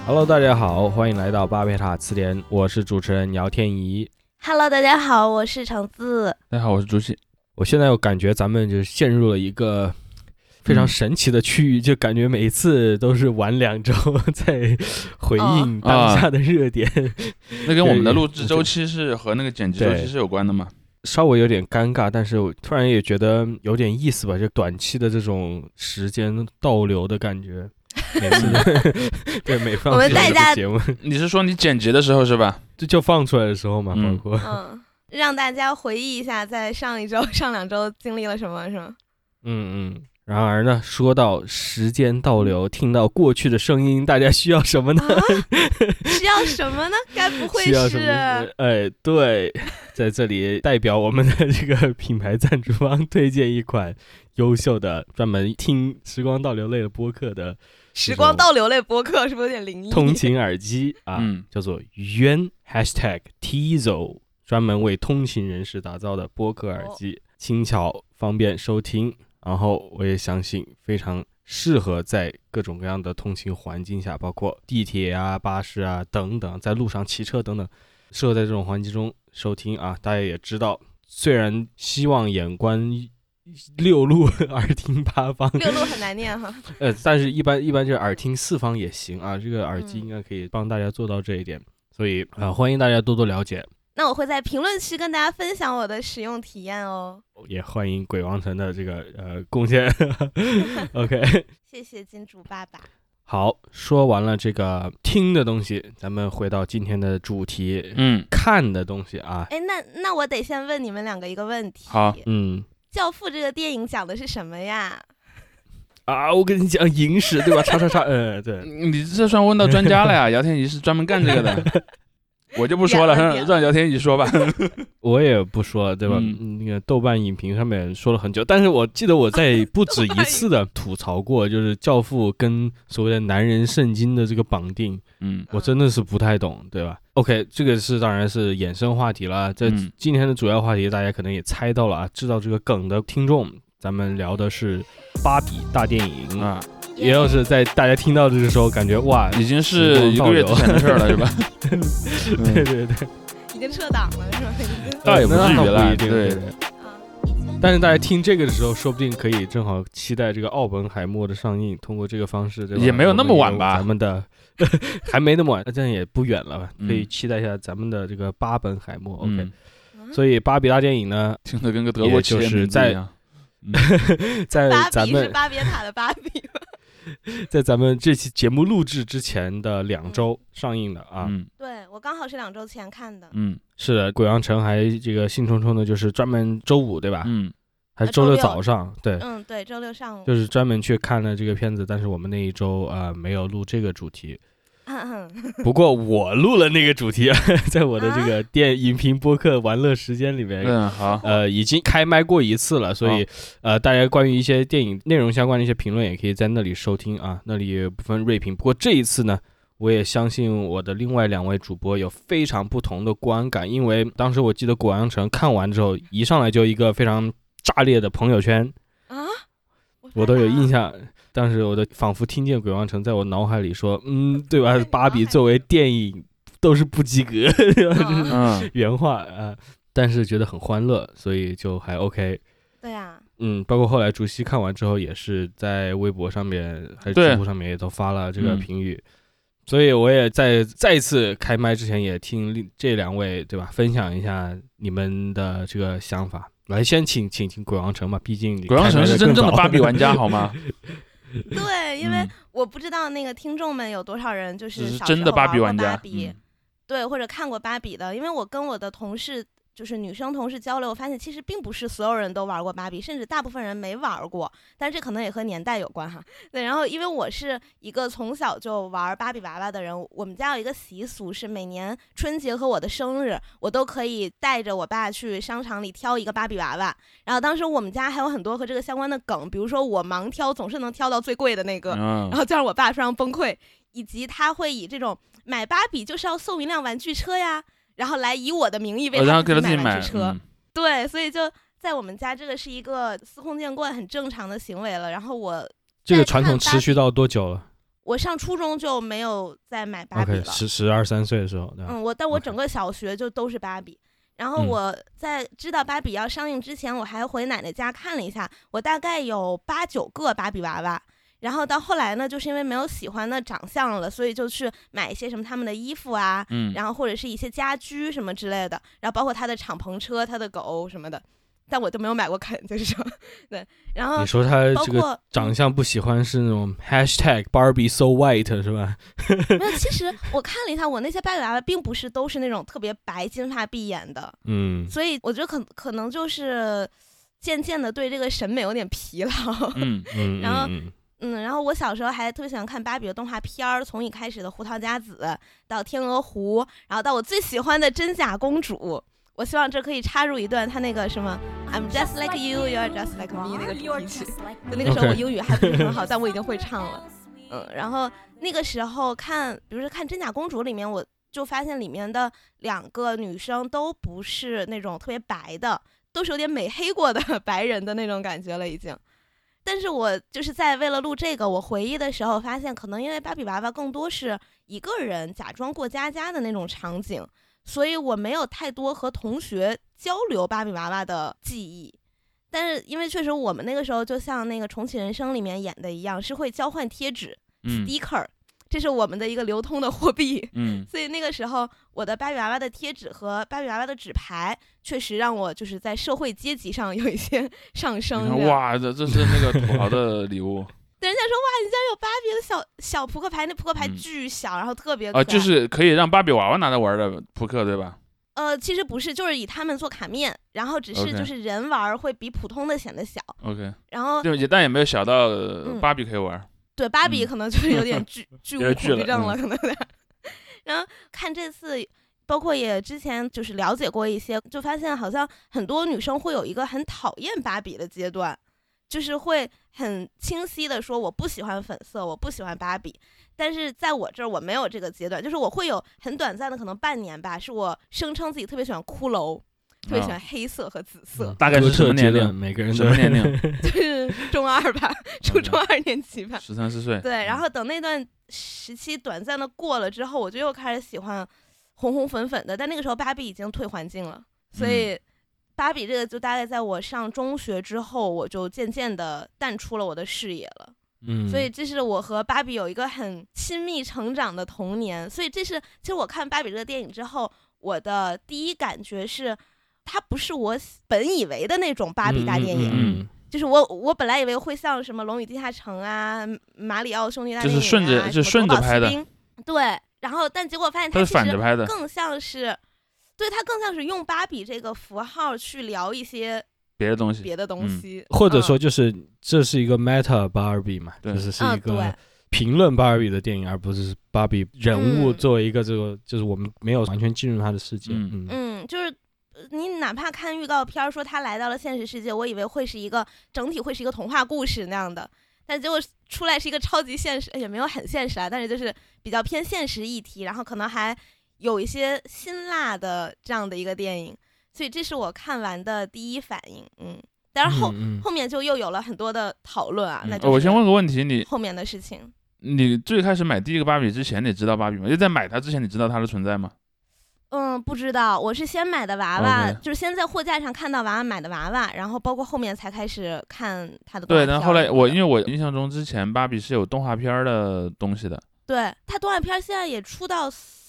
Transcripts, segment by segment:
Hello， 大家好，欢迎来到巴别塔词典，我是主持人姚天怡。 Hello， 大家好，我是橙子。 大家好，我是朱熹。 我现在有感觉咱们就陷入了一个非常神奇的区域，就感觉每一次都是晚2周在回应当下的热点。 那跟我们的录制周期是和那个剪辑周期是有关的吗？ 稍微有点尴尬，但是我突然也觉得有点意思吧，就短期的这种时间倒流的感觉。每次对每放出来的节目， 你是说你剪辑的时候是吧？ 就放出来的时候嘛，包括让大家回忆一下，在上1周、上2周经历了什么，是吗？ 然而呢，说到时间倒流，听到过去的声音，大家需要什么呢？ 需要什么呢？该不会是…… 对，在这里代表我们的这个品牌赞助方推荐一款优秀的专门听时光倒流类的播客的时光倒流类播客，是不是有点灵异？ 通勤耳机啊，叫做渊 #Tizo， 专门为通勤人士打造的播客耳机，轻巧方便收听。然后我也相信非常适合在各种各样的通勤环境下，包括地铁啊、巴士啊等等，在路上骑车等等，适合在这种环境中收听啊。大家也知道，虽然希望眼观六路，耳听八方， 六路很难念哈。 但是一般就是耳听四方也行啊。这个耳机应该可以帮大家做到这一点，所以欢迎大家多多了解。 那我会在评论区跟大家分享我的使用体验哦。 也欢迎鬼王城的这个贡献。OK， 谢谢金主爸爸。 好，说完了这个听的东西，咱们回到今天的主题，看的东西啊。 那我得先问你们两个一个问题。 好， 教父这个电影讲的是什么呀？ 啊，我跟你讲影史对吧？对， 你这算问到专家了呀。姚天怡是专门干这个的。我就不说了，让姚天怡说吧。 我也不说了，对吧？那个豆瓣影评上面说了很久，但是我记得我在不止一次的吐槽过，就是《教父》跟所谓的男人圣经的这个绑定，我真的是不太懂，对吧 ？OK， 这个是当然是衍生话题了。在今天的主要话题，大家可能也猜到了啊，知道这个梗的听众，咱们聊的是芭比大电影啊。也就是在大家听到这个时候，感觉哇， 已经是1个月之前的事了，是吧？ 对， 已经撤档了，是吧？ 倒也不至于了， 对。 但是大家听这个的时候，说不定可以正好期待这个奥本海默的上映，通过这个方式，对吧？ 也没有那么晚吧？ 咱们的还没那么晚，这样也不远了吧？可以期待一下咱们的这个巴本海默。OK，所以芭比大电影呢， 听得跟个德国企业名字一样。 在咱们是巴别塔的芭比吗？ 在咱们这期节目录制之前的2周上映的啊。 对，我刚好是2周前看的。 是的，鬼王城还这个兴冲冲的，就是专门周5对吧？还是周6早上？对， 对，周6上午就是专门去看了这个片子，但是我们那一周没有录这个主题。不过我录了那个主题，在我的这个影评播客玩乐时间里面， 好， 已经开麦过1次了，所以大家关于一些电影内容相关的一些评论，也可以在那里收听啊，那里有部分锐评。不过这一次呢，我也相信我的另外2位主播有非常不同的观感，因为当时我记得《鬼王城》看完之后，一上来就一个非常炸裂的朋友圈啊， 我都有印象。当时我仿佛听见鬼王城在我脑海里说，对吧？芭比作为电影都是不及格，原话啊，但是觉得很欢乐，所以就还 OK。 对啊， 包括后来竹溪看完之后，也是在微博上面还是知乎上面也都发了这个评语，所以我也再一次开麦之前也听这2位对吧，分享一下你们的这个想法。来，先请鬼王城吧，毕竟鬼王城是真正的芭比玩家，好吗？ 对，因为我不知道那个听众们有多少人就是小时候真的芭比玩家， 对，或者看过芭比的，因为我跟我的同事就是女生同事交流，我发现其实并不是所有人都玩过芭比，甚至大部分人没玩过，但是这可能也和年代有关哈。对，然后因为我是一个从小就玩芭比娃娃的人，我们家有一个习俗是每年春节和我的生日，我都可以带着我爸去商场里挑一个芭比娃娃。然后当时我们家还有很多和这个相关的梗，比如说我盲挑总是能挑到最贵的那个，然后就让我爸非常崩溃，以及他会以这种买芭比就是要送一辆玩具车呀，然后来以我的名义为他自己买玩具车。对，所以就在我们家这个是一个司空见惯很正常的行为了。然后我这个传统持续到多久了？ 我上初中就没有再买芭比了。 12、13岁的时候，对吧？ 但我整个小学就都是芭比。然后我在知道芭比要上映之前，我还回奶奶家看了一下，我大概有8、9个芭比娃娃。然后到后来呢，就是因为没有喜欢的长相了，所以就去买一些什么他们的衣服啊，然后或者是一些家居什么之类的，然后包括他的敞篷车、他的狗什么的。但我都没有买过肯，就是说，对。然后你说他这个长相不喜欢是那种 #Barbie so white 是吧？ 没有，其实我看了一下，我那些芭比娃娃并不是都是那种特别白、金发碧眼的，所以我觉得可能就是渐渐的对这个审美有点疲劳，然后我小时候还特别喜欢看芭比的动画片儿，从一开始的胡桃夹子到天鹅湖，然后到我最喜欢的真假公主。我希望这可以插入一段他那个什么 I'm just like you, you're just like me 那个主题曲。就那个时候我英语还不是很好，但我已经会唱了。然后那个时候比如说看真假公主里面，我就发现里面的2个女生都不是那种特别白的，都是有点美黑过的白人的那种感觉了已经。但是我就是在为了录这个我回忆的时候发现，可能因为芭比娃娃更多是一个人假装过家家的那种场景，所以我没有太多和同学交流芭比娃娃的记忆。但是因为确实我们那个时候就像那个重启人生里面演的一样，是会交换贴纸sticker，这是我们的一个流通的货币。所以那个时候我的芭比娃娃的贴纸和芭比娃娃的纸牌确实让我就是在社会阶级上有一些上升。 哇，这是那个土豪的礼物。 对，人家说哇，你家有芭比的小扑克牌，那扑克牌巨小，然后特别可爱。 就是可以让芭比娃娃拿着玩的扑克，对吧？ 其实不是，就是以他们做卡面，然后只是就是人玩会比普通的显得小。 OK。 然后但也没有小到芭比可以玩。 对，芭比可能就是有点巨无恐惧症了，可能有点。然后看这次，包括也之前就是了解过一些，就发现好像很多女生会有一个很讨厌芭比的阶段。就是会很清晰的说我不喜欢粉色，我不喜欢芭比。但是在我这儿我没有这个阶段，就是我会有很短暂的可能半年吧，是我声称自己特别喜欢骷髅，特别喜欢黑色和紫色。 大概是什么年龄？ 每个人什么年龄？ 就是中2吧，初中2年级吧 ，13、14岁。 对，然后等那段时期短暂的过了之后，我就又开始喜欢红红粉粉的，但那个时候芭比已经退环境了，所以芭比这个就大概在我上中学之后，我就渐渐的淡出了我的视野了。所以这是我和芭比有一个很亲密成长的童年。所以其实我看芭比这个电影之后，我的第一感觉是，它不是我本以为的那种芭比大电影。就是我本来以为会像什么《龙与地下城》啊、《马里奥兄弟大电影》啊， 就是顺着拍的。 对，然后但结果发现它其实更像是。对，它更像是用芭比这个符号去聊一些别的东西， 或者说就是这是一个 meta 芭比嘛，就是一个评论芭比的电影，而不是芭比人物作为一个这个，就是我们没有完全进入他的世界。 就是你哪怕看预告片说他来到了现实世界，我以为会是一个整体会是一个童话故事那样的，但结果出来是一个超级现实，也没有很现实啊，但是就是比较偏现实议题，然后可能还有一些辛辣的这样的一个电影，所以这是我看完的第一反应。当然后面就又有了很多的讨论啊。那我先问个问题，你后面的事情， 你最开始买第一个芭比之前，你知道芭比吗？就在买它之前，你知道它的存在吗？ 不知道，我是先买的娃娃，就是先在货架上看到娃娃买的娃娃，然后包括后面才开始看它的动画片。 对，然后后来因为我印象中之前芭比是有动画片的东西的。 对，它动画片现在也出到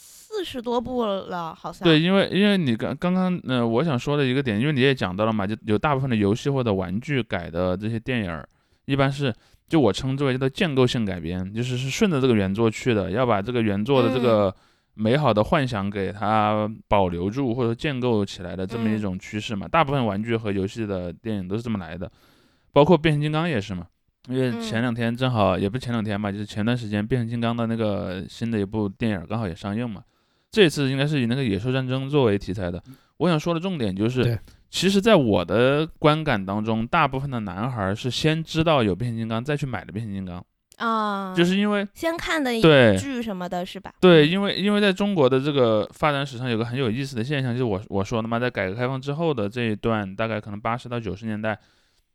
40多部了，好像。 对，因为你刚刚我想说的一个点，因为你也讲到了嘛，就有大部分的游戏或者玩具改的这些电影，一般是就我称之为叫做建构性改编，就是顺着这个原作去的，要把这个原作的这个美好的幻想给它保留住或者建构起来的这么一种趋势嘛。大部分玩具和游戏的电影都是这么来的，包括变形金刚也是嘛。因为前两天正好也不是前两天吧，就是前段时间变形金刚的那个新的一部电影刚好也上映嘛。这次应该是以那个野兽战争作为题材的。我想说的重点就是，其实在我的观感当中，大部分的男孩是先知道有变形金刚再去买的变形金刚啊，就是因为先看的剧什么的是吧？ 对，因为在中国的这个发展史上有个很有意思的现象，就是我说的嘛，在改革开放之后的这一段，大概可能80到90年代，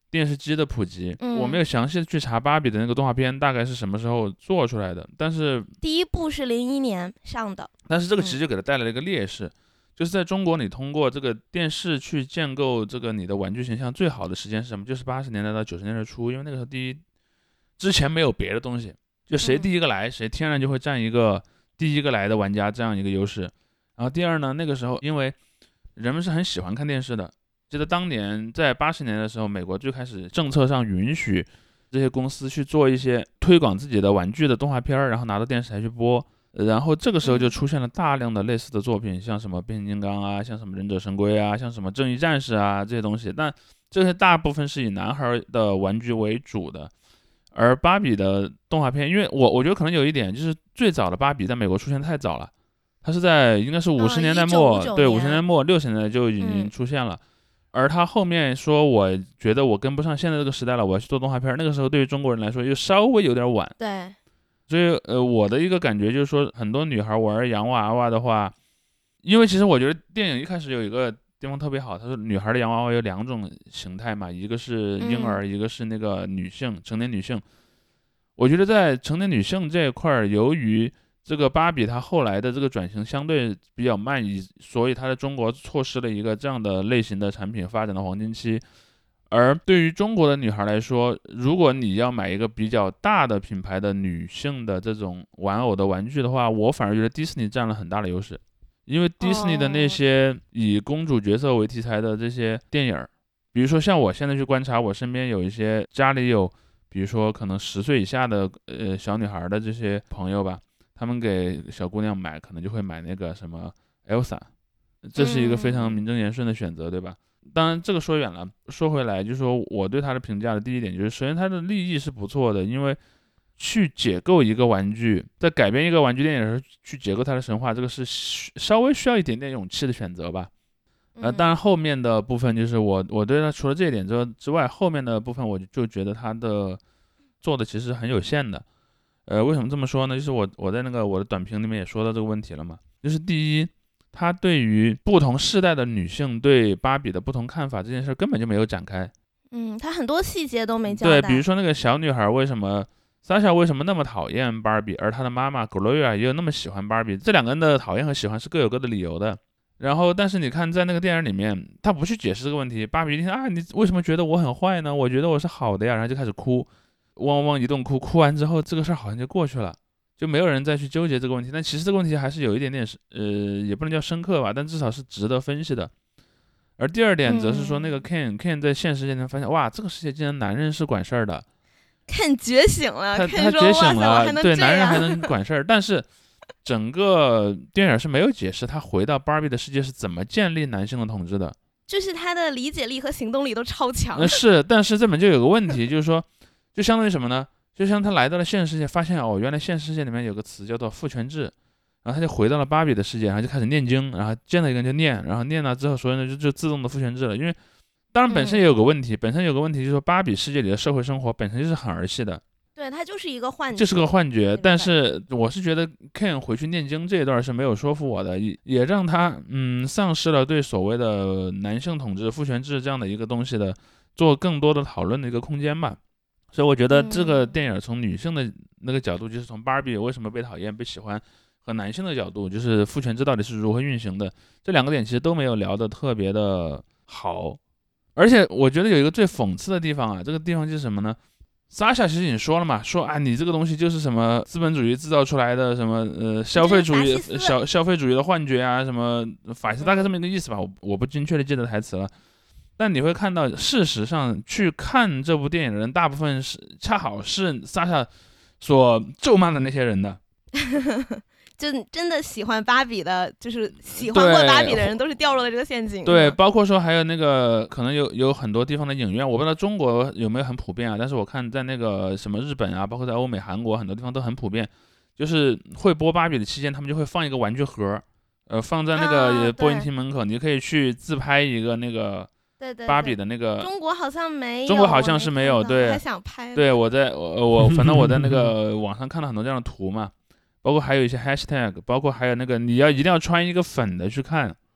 电视机的普及。我没有详细的去查芭比的那个动画片大概是什么时候做出来的，但是第一部是01年上的， 但是这个其实就给它带来了一个劣势，就是在中国你通过这个电视去建构这个你的玩具形象最好的时间是什么？就是80年代到90年代初，因为那个时候之前没有别的东西，就谁第一个来，谁天然就会占一个第一个来的玩家这样一个优势。然后第二呢，那个时候因为人们是很喜欢看电视的，记得当年在80年的时候，美国就开始政策上允许这些公司去做一些推广自己的玩具的动画片，然后拿到电视台去播。然后这个时候就出现了大量的类似的作品，像什么变形金刚啊，像什么忍者神龟啊，像什么正义战士啊这些东西，但这些大部分是以男孩的玩具为主的。而芭比的动画片，因为我觉得可能有一点就是最早的芭比在美国出现太早了，它是在应该是50年代末，对，50年代末60年代就已经出现了。而他后面说我觉得我跟不上现在这个时代了，我要去做动画片，那个时候对于中国人来说又稍微有点晚。 对， 所以我的一个感觉就是说，很多女孩玩洋娃娃的话，因为其实我觉得电影一开始有一个地方特别好，他说女孩的洋娃娃有2种形态嘛，一个是婴儿，一个是那个女性，成年女性。我觉得在成年女性这一块，由于这个芭比它后来的这个转型相对比较慢，所以它在中国错失了一个这样的类型的产品发展的黄金期。而对于中国的女孩来说，如果你要买一个比较大的品牌的女性的这种玩偶的玩具的话，我反而觉得迪士尼占了很大的优势。因为迪士尼的那些以公主角色为题材的这些电影，比如说像我现在去观察，我身边有一些家里有比如说可能10岁以下的小女孩的这些朋友吧，他们给小姑娘买可能就会买那个什么 Elsa， 这是一个非常名正言顺的选择，对吧？当然这个说远了，说回来就是说我对它的评价的第一点就是，首先它的立意是不错的，因为去解构一个玩具，在改编一个玩具电影的时候去解构它的神话，这个是稍微需要一点点勇气的选择吧。当然后面的部分就是我对它除了这一点之外，后面的部分我就觉得它的做的其实很有限的。为什么这么说呢？就是我在那个我的短评里面也说到这个问题了嘛，就是第一，他对于不同世代的女性对芭比的不同看法这件事根本就没有展开。 他很多细节都没交代。 对，比如说那个小女孩为什么Sasha 为什么那么讨厌芭比，而她的妈妈 Gloria 也有那么喜欢芭比，这2个人的讨厌和喜欢是各有各的理由的。然后但是你看在那个电影里面，他不去解释这个问题，芭比一听啊，你为什么觉得我很坏呢？我觉得我是好的呀，然后就开始哭，汪汪一顿哭，哭完之后这个事儿好像就过去了，就没有人再去纠结这个问题。但其实这个问题还是有一点点也不能叫深刻吧，但至少是值得分析的。而第二点则是说那个 Ken 在现实世界中发现，哇，这个世界竟然男人是管事儿的。 Ken 觉醒了， 他觉醒了，对，男人还能管事儿。但是整个电影是没有解释他回到芭比的世界是怎么建立男性的统治的， 就是他的理解力和行动力都超强。 是，但是这本就有个问题，就是说，就相当于什么呢？就像他来到了现实世界，发现原来现实世界里面有个词叫做父权制，然后他就回到了芭比的世界，然后就开始念经，然后见到一个人就念，然后念了之后，所有人就自动的父权制了。因为当然本身也有个问题，就是说芭比世界里的社会生活本身就是很儿戏的。 对，它就是一个幻觉， 这是个幻觉。但是我是觉得 Ken 回去念经这一段是没有说服我的，也让他丧失了对所谓的男性统治、父权制这样的一个东西的做更多的讨论的一个空间吧。所以我觉得这个电影从女性的那个角度，就是从芭比为什么被讨厌、被喜欢，和男性的角度，就是父权制到底是如何运行的，这2个点其实都没有聊得特别的好。而且我觉得有一个最讽刺的地方啊，这个地方就是什么呢？Sasha 其实已经说了嘛，说你这个东西就是什么资本主义制造出来的什么消费主义的幻觉啊，什么法西斯，大概这么一个意思吧，我不精确的记得台词了。但你会看到，事实上去看这部电影的人，大部分恰好是 Sasha 所咒骂的那些人的。 就真的喜欢芭比的，就是喜欢过芭比的人都是掉入了这个陷阱。 对，包括说还有那个可能有很多地方的影院，我不知道中国有没有很普遍啊，但是我看在那个什么日本啊，包括在欧美、韩国很多地方都很普遍，就是会播芭比的期间，他们就会放一个玩具盒，放在那个播音厅门口，你可以去自拍一个那个芭比的那个。 中国好像没有， 中国好像是没有，对， 还想拍。 对，我反正我在那个网上看到很多这样的图嘛。包括还有一些 hashtag， 包括还有那个你一定要穿一个粉的去看，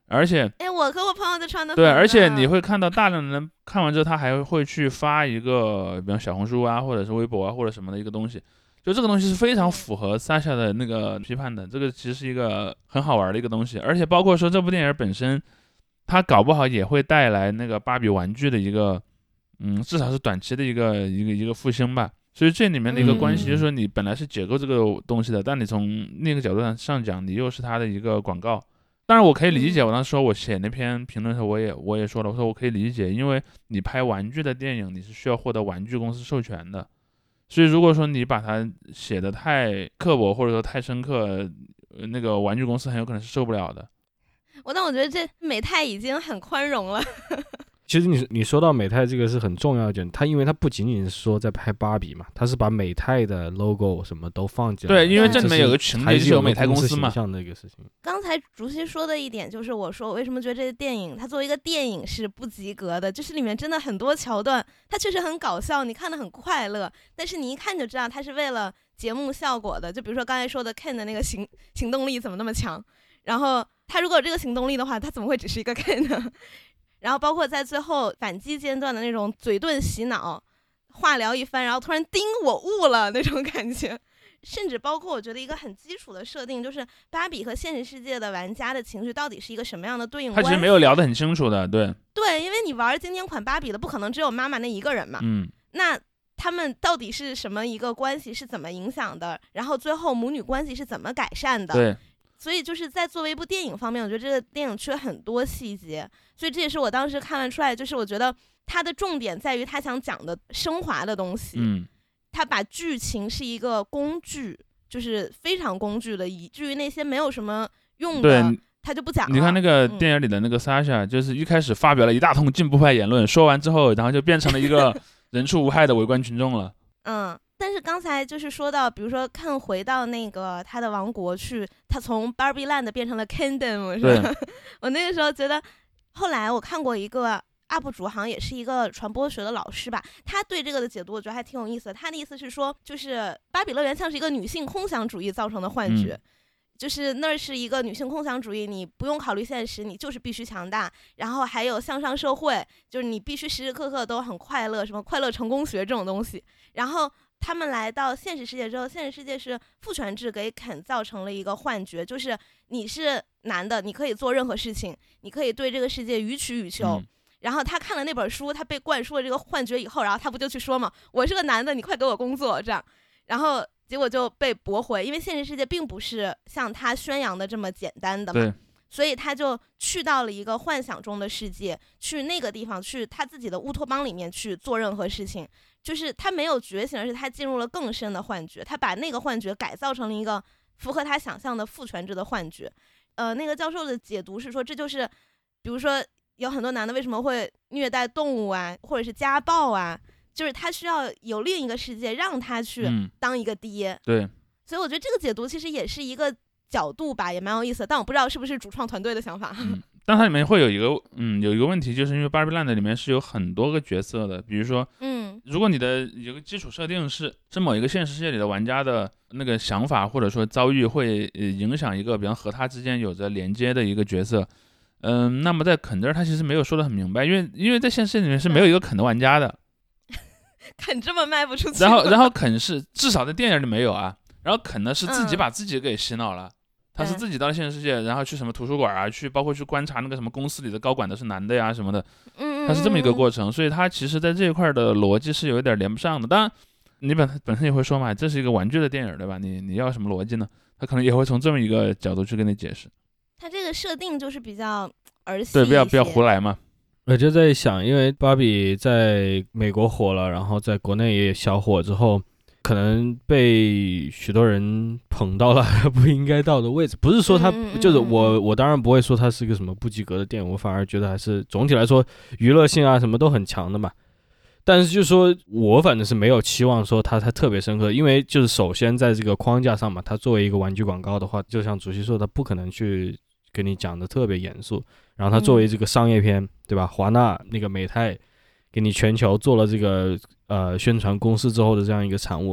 而且我和我朋友都穿的对，而且你会看到大量的人看完之后，他还会去发一个，比方小红书啊，或者是微博啊，或者什么的一个东西。就这个东西是非常符合Sasha的那个批判的，这个其实是一个很好玩的一个东西，而且包括说这部电影本身，它搞不好也会带来那个芭比玩具的一个，至少是短期的一个复兴吧。所以这里面的一个关系就是说，你本来是解构这个东西的，但你从另一个角度上讲，你又是它的一个广告。当然我可以理解，我当时说我写那篇评论的时候，我也说了，我说我可以理解，因为你拍玩具的电影，你是需要获得玩具公司授权的。所以如果说你把它写得太刻薄或者说太深刻，那个玩具公司很有可能是受不了的。 但我觉得这美泰已经很宽容了。 其实你说到美泰这个是很重要一点，因为它不仅仅是说在拍芭比嘛，它是把美泰的 logo 什么都放进来。 对，因为这里面有个群体是有美泰公司嘛。 刚才竹溪说的一点就是我说我为什么觉得这个电影它作为一个电影是不及格的，就是里面真的很多桥段它确实很搞笑，你看得很快乐，但是你一看就知道它是为了节目效果的。就比如说刚才说的 Ken 的那个行动力怎么那么强，然后他如果有这个行动力的话，他怎么会只是一个 Ken 呢？然后包括在最后反击阶段的那种嘴遁洗脑，话聊一番，然后突然叮我悟了那种感觉。甚至包括我觉得一个很基础的设定，就是芭比和现实世界的玩家的情绪到底是一个什么样的对应关系。 他其实没有聊得很清楚的。对， 因为你玩经典款芭比的不可能只有妈妈那一个人嘛。那他们到底是什么一个关系，是怎么影响的，然后最后母女关系是怎么改善的。 对， 所以就是在作为一部电影方面，我觉得这个电影缺很多细节，所以这也是我当时看了出来，就是我觉得它的重点在于它想讲的升华的东西。它把剧情是一个工具，就是非常工具的，以至于那些没有什么用的他就不讲了。 你看那个电影里的那个 Sasha，就是一开始发表了一大通进步派言论，说完之后，然后就变成了一个人畜无害的围观群众了。 但是刚才就是说到，比如说看回到那个他的王国去，他从 Barbie Land 变成了 Kingdom， 是吧？我那个时候觉得，后来我看过一个 UP 主，好像也是一个传播学的老师吧，他对这个的解读我觉得还挺有意思的。他的意思是说，就是芭比乐园像是一个女性空想主义造成的幻觉。就是那是一个女性空想主义，你不用考虑现实，你就是必须强大，然后还有向上社会，就是你必须时时刻刻都很快乐，什么快乐成功学这种东西。然后他们来到现实世界之后，现实世界是父权制给肯造成了一个幻觉，就是你是男的，你可以做任何事情，你可以对这个世界予取予求。然后他看了那本书，他被灌输了这个幻觉以后，然后他不就去说嘛，我是个男的，你快给我工作这样，然后结果就被驳回，因为现实世界并不是像他宣扬的这么简单的嘛。所以他就去到了一个幻想中的世界，去那个地方，去他自己的乌托邦里面去做任何事情。就是他没有觉醒，而是他进入了更深的幻觉，他把那个幻觉改造成了一个符合他想象的父权制的幻觉。那个教授的解读是说，这就是比如说有很多男的为什么会虐待动物啊，或者是家暴啊，就是他需要有另一个世界让他去当一个爹。 对， 所以我觉得这个解读其实也是一个角度吧，也蛮有意思的，但我不知道是不是主创团队的想法。 但它里面会有一个问题，就是因为 Barbie Land 里面是有很多个角色的，比如说如果你的有个基础设定是某一个现实世界里的玩家的那个想法或者说遭遇会影响一个比方和他之间有着连接的一个角色，那么在肯这儿他其实没有说得很明白，因为在现实世界里面是没有一个肯的玩家的。 肯这么卖不出去。 然后肯是至少在电影里没有啊，然后肯呢是自己把自己给洗脑了。他是自己到了现实世界，然后去什么图书馆啊，包括去观察那个什么公司里的高管都是男的呀什么的，他是这么一个过程，所以他其实在这一块的逻辑是有一点连不上的。当然，你本身也会说嘛，这是一个玩具的电影，对吧？你要什么逻辑呢？他可能也会从这么一个角度去跟你解释。 他这个设定就是比较儿戏， 对，不要胡来嘛。 我就在想，因为芭比在美国火了，然后在国内也小火之后，可能被许多人捧到了不应该到的位置。不是说它就是我当然不会说它是一个什么不及格的电影，我反而觉得还是总体来说娱乐性啊什么都很强的嘛。但是就是说我反正是没有期望说它特别深刻，因为就是首先在这个框架上嘛，它作为一个玩具广告的话，就像主席说，它不可能去跟你讲的特别严肃。然后它作为这个商业片，对吧？华纳那个美泰给你全球做了这个宣传公司之后的这样一个产物，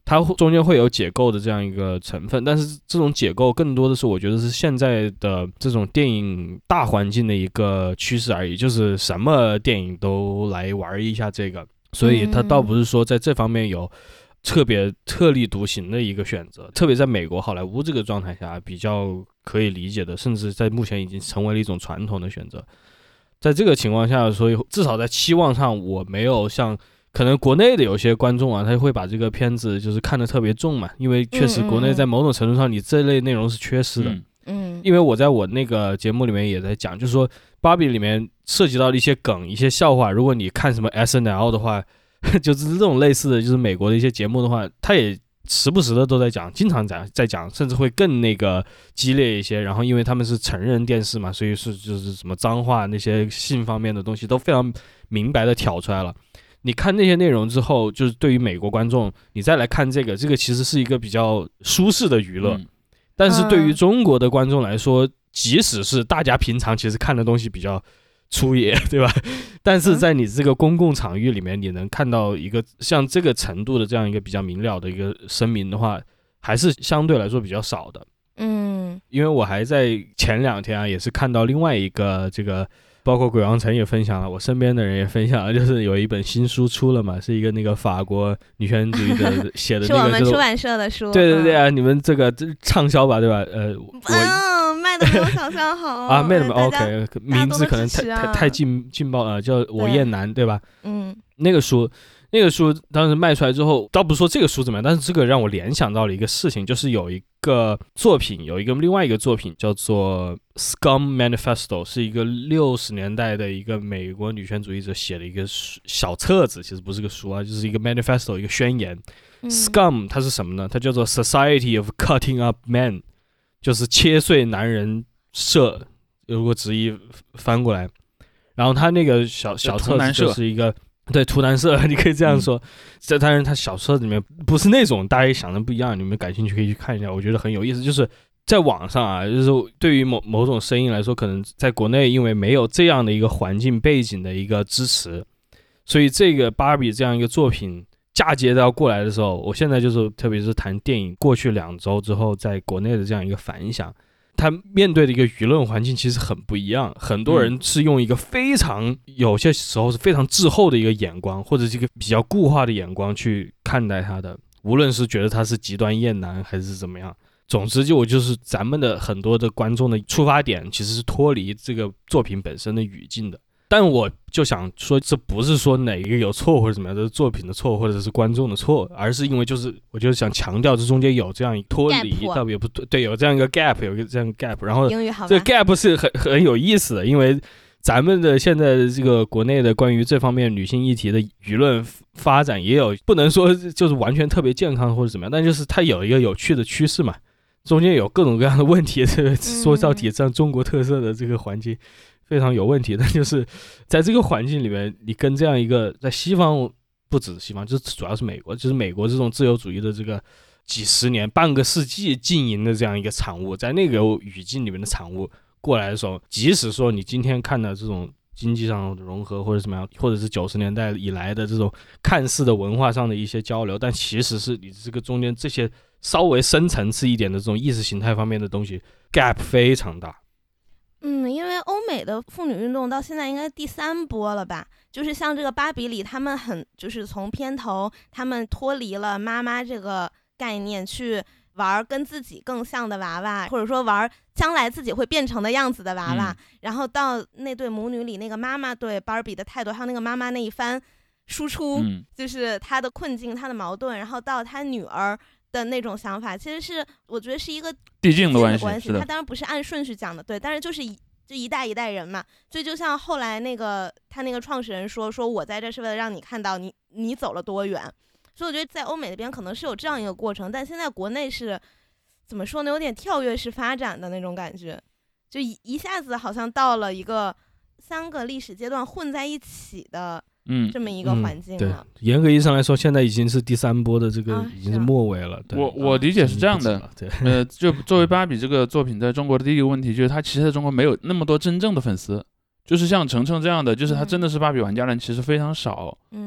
它中间会有解构的这样一个成分，但是这种解构更多的是我觉得是现在的这种电影大环境的一个趋势而已，就是什么电影都来玩一下这个，所以它倒不是说在这方面有特别特立独行的一个选择，特别在美国好莱坞这个状态下比较可以理解的，甚至在目前已经成为了一种传统的选择。在这个情况下，所以至少在期望上我没有像可能国内的有些观众啊，他会把这个片子就是看得特别重嘛，因为确实国内在某种程度上你这类内容是缺失的。因为我在我那个节目里面也在讲，就是说芭比里面涉及到的一些梗一些笑话，如果你看什么 SNL 的话，就是这种类似的就是美国的一些节目的话，他也时不时的都在讲，经常在讲，甚至会更那个激烈一些。然后因为他们是成人电视嘛，所以是就是什么脏话那些性方面的东西都非常明白的挑出来了。你看那些内容之后，就是对于美国观众，你再来看这个其实是一个比较舒适的娱乐。但是对于中国的观众来说，即使是大家平常其实看的东西比较粗野，对吧？但是在你这个公共场域里面，你能看到一个像这个程度的这样一个比较明了的一个声明的话，还是相对来说比较少的。因为我还在前2天啊，也是看到另外一个这个。包括鬼王城也分享了，我身边的人也分享了，就是有一本新书出了嘛，是一个那个法国女权主义的写的那个， 是我们出版社的书。 对啊，你们这个畅销吧，对吧？ 卖的没有想象好啊，卖的没 OK， 名字可能太劲爆了，叫我厌男，对吧？那个书当时卖出来之后，倒不是说这个书怎么样，但是这个让我联想到了一个事情，就是有一个作品，另外一个作品叫做 Scum Manifesto， 是一个60年代的一个美国女权主义者写的一个小册子，其实不是个书啊，就是一个 manifesto， 一个宣言。Scum 它是什么呢？它叫做 Society of Cutting Up Men， 就是切碎男人社，如果直译翻过来。然后它那个小册子就是一个。对，图男社你可以这样说。当然他小册子里面不是那种大家想的不一样，你们感兴趣可以去看一下，我觉得很有意思。就是在网上啊，就是对于某种声音来说，可能在国内因为没有这样的一个环境背景的一个支持，所以这个芭比这样一个作品嫁接到过来的时候，我现在就是特别是谈电影过去2周之后在国内的这样一个反响，他面对的一个舆论环境其实很不一样，很多人是用一个非常有些时候是非常滞后的一个眼光，或者是一个比较固化的眼光去看待他的，无论是觉得他是极端厌男还是怎么样。总之就是咱们的很多的观众的出发点其实是脱离这个作品本身的语境的。但我就想说，这不是说哪一个有错或者怎么样，这是作品的错或者是观众的错，而是因为我就想强调这中间有这样一个脱离，倒也不对，有这样一个 gap， 有一个这样一个 gap， 然后这个 gap 是很有意思的，因为咱们的现在的这个国内的关于这方面女性议题的舆论发展也有，不能说就是完全特别健康或者怎么样，但就是它有一个有趣的趋势嘛，中间有各种各样的问题，说到底像中国特色的这个环境非常有问题的，就是在这个环境里面，你跟这样一个在西方，不止西方，就是主要是美国，就是美国这种自由主义的这个几十年、半个世纪经营的这样一个产物，在那个语境里面的产物过来的时候，即使说你今天看的这种经济上的融合或者怎么样，或者是90年代以来的这种看似的文化上的一些交流，但其实是你这个中间这些稍微深层次一点的这种意识形态方面的东西 gap 非常大。 因为欧美的妇女运动到现在应该第3波了吧，就是像这个芭比里，他们就是从片头他们脱离了妈妈这个概念，去玩跟自己更像的娃娃，或者说玩将来自己会变成的样子的娃娃，然后到那对母女里那个妈妈对芭比的态度，还有那个妈妈那一番输出，就是她的困境她的矛盾，然后到她女儿的那种想法，其实是我觉得是一个递进的关系，它当然不是按顺序讲的，对，但是就是就一代一代人嘛，所以就像后来他那个创始人说我在这是为了让你看到你走了多远，所以我觉得在欧美那边可能是有这样一个过程，但现在国内是怎么说呢，有点跳跃式发展的那种感觉，就一下子好像到了一个3个历史阶段混在一起的这么一个环境了。 对，严格意义上来说，现在已经是第3波的这个已经是末尾了。对， 我理解是这样的，就作为芭比这个作品在中国的第一个问题就是，它其实在中国没有那么多真正的粉丝，就是像程程这样的，就是他真的是芭比玩家的人其实非常少。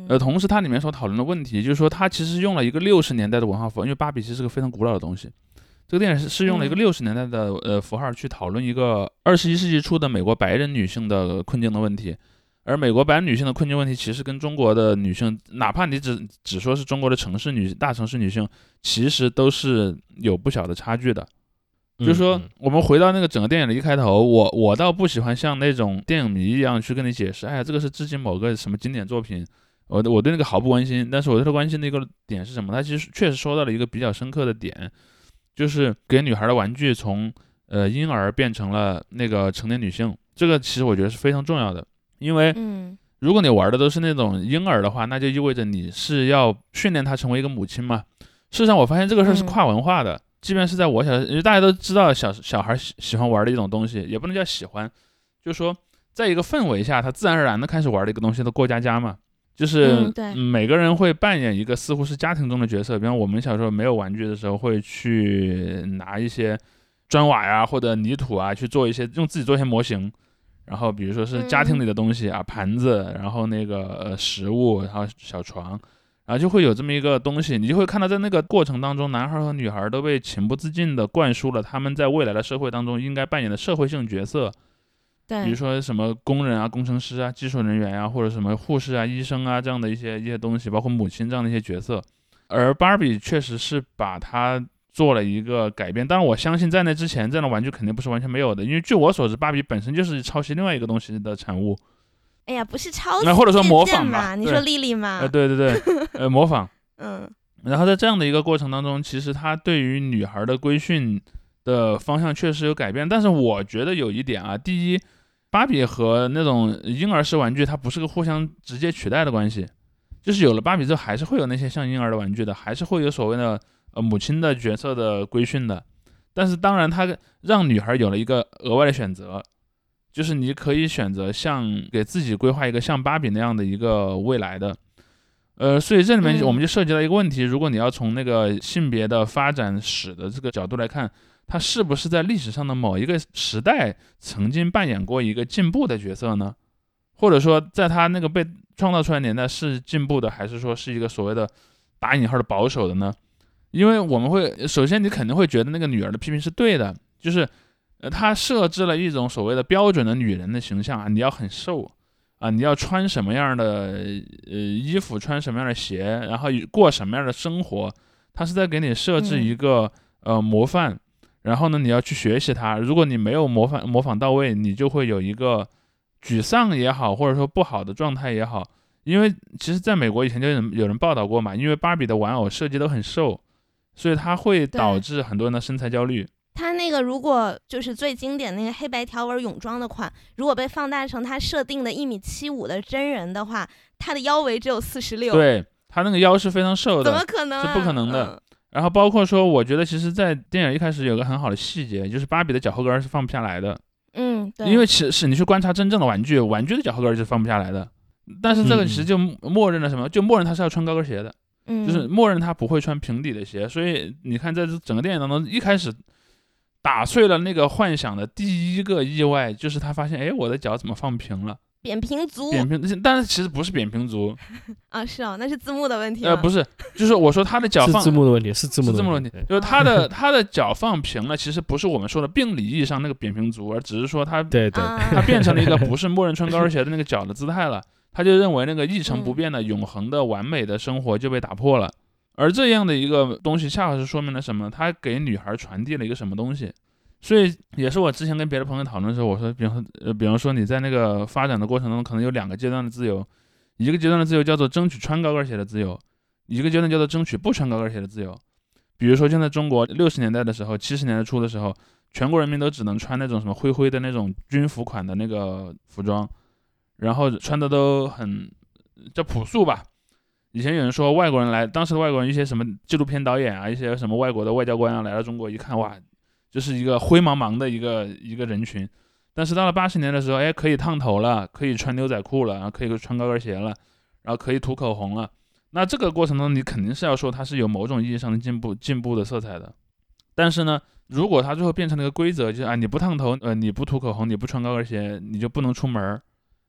同时它里面所讨论的问题就是说，它其实用了一个60年代的文化符号，因为芭比其实是个非常古老的东西。这个电影是用了一个60年代的符号去讨论一个21世纪初的美国白人女性的困境的问题。而美国白人女性的困境问题，其实跟中国的女性，哪怕你只说是中国的大城市女性，其实都是有不小的差距的。就是说，我们回到那个整个电影的一开头，我倒不喜欢像那种电影迷一样去跟你解释，哎呀，这个是致敬某个什么经典作品，我对那个毫不关心。但是我对他关心的一个点是什么？他其实确实说到了一个比较深刻的点，就是给女孩的玩具从婴儿变成了那个成年女性，这个其实我觉得是非常重要的。因为如果你玩的都是那种婴儿的话，那就意味着你是要训练她成为一个母亲嘛。事实上我发现这个事儿是跨文化的，即便是在我因为大家都知道小孩喜欢玩的一种东西，也不能叫喜欢，就是说在一个氛围下他自然而然的开始玩的一个东西的过家嘛。就是每个人会扮演一个似乎是家庭中的角色，比方我们小时候没有玩具的时候，会去拿一些砖瓦呀或者泥土啊去做用自己做一些模型，然后比如说是家庭里的东西啊，盘子，然后那个食物，然后小床，然后就会有这么一个东西，你就会看到在那个过程当中，男孩和女孩都被情不自禁地灌输了他们在未来的社会当中应该扮演的社会性角色。 对， 比如说什么工人啊、工程师啊、技术人员啊，或者什么护士啊、医生啊这样的一些东西，包括母亲这样的一些角色。而芭比确实是把它做了一个改变，当然我相信在那之前这样的玩具肯定不是完全没有的，因为据我所知，芭比本身就是抄袭另外一个东西的产物。 哎呀，不是抄袭， 或者说模仿吧？ 你说莉莉嘛？ 对，模仿。 嗯。 然后在这样的一个过程当中，其实它对于女孩的规训的方向确实有改变，但是我觉得有一点啊，第一，芭比和那种婴儿式玩具它不是个互相直接取代的关系，就是有了芭比之后，还是会有那些像婴儿的玩具的，还是会有所谓的母亲的角色的规训的。但是当然它让女孩有了一个额外的选择，就是你可以选择给自己规划一个像芭比那样的一个未来的。所以这里面我们就涉及到一个问题，如果你要从那个性别的发展史的这个角度来看，它是不是在历史上的某一个时代曾经扮演过一个进步的角色呢？或者说在它那个被创造出来的年代是进步的，还是说是一个所谓的打引号的保守的呢？因为我们会首先你肯定会觉得那个女儿的批评是对的，就是她设置了一种所谓的标准的女人的形象啊，你要很瘦啊，你要穿什么样的衣服，穿什么样的鞋，然后过什么样的生活，她是在给你设置一个模范，然后呢你要去学习它，如果你没有模仿到位，你就会有一个沮丧也好，或者说不好的状态也好。因为其实在美国以前就有人报道过嘛，因为芭比的玩偶设计都很瘦，所以它会导致很多人的身材焦虑。 它那个如果就是最经典那个黑白条纹泳装的款，如果被放大成它设定的1.75米的真人的话，它的腰围只有46。 对，它那个腰是非常瘦的， 怎么可能是不可能的。然后包括说，我觉得其实在电影一开始有个很好的细节，就是芭比的脚后跟是放不下来的。 对， 因为其实你去观察真正的玩具的脚后跟是放不下来的，但是这个其实就默认了什么？就默认它是要穿高跟鞋的，就是默认它不会穿平底的鞋。所以你看，在这整个电影当中，一开始打碎了那个幻想的第一个意外，就是他发现，哎，我的脚怎么放平了？ 扁平足， 但是其实不是扁平足啊，是哦，那是字幕的问题。 不是，就是我说他的脚放是字幕的问题，是字幕的问题，就是他的脚放平了，其实不是我们说的病理意义上那个扁平足，而只是说他他变成了一个不是默认穿高跟鞋的那个脚的姿态了，他就认为那个一成不变的永恒的完美的生活就被打破了。而这样的一个东西，恰好是说明了什么？他给女孩传递了一个什么东西？所以也是我之前跟别的朋友讨论的时候，我说，比方说你在那个发展的过程中，可能有2个阶段的自由，一个阶段的自由叫做争取穿高跟鞋的自由，一个阶段叫做争取不穿高跟鞋的自由。比如说就在中国60年代的时候，70年代初的时候，全国人民都只能穿那种什么灰灰的那种军服款的那个服装，然后穿的都很叫朴素吧。以前有人说外国人来，当时的外国人一些什么纪录片导演啊，一些什么外国的外交官啊，来到中国一看，哇，就是一个灰茫茫的一个人群。但是到了80年的时候，哎，可以烫头了，可以穿牛仔裤了，然后可以穿高跟鞋了，然后可以涂口红了。那这个过程中，你肯定是要说它是有某种意义上的进步的色彩的。但是呢，如果它最后变成了一个规则，就是你不烫头，你不涂口红，你不穿高跟鞋，你就不能出门，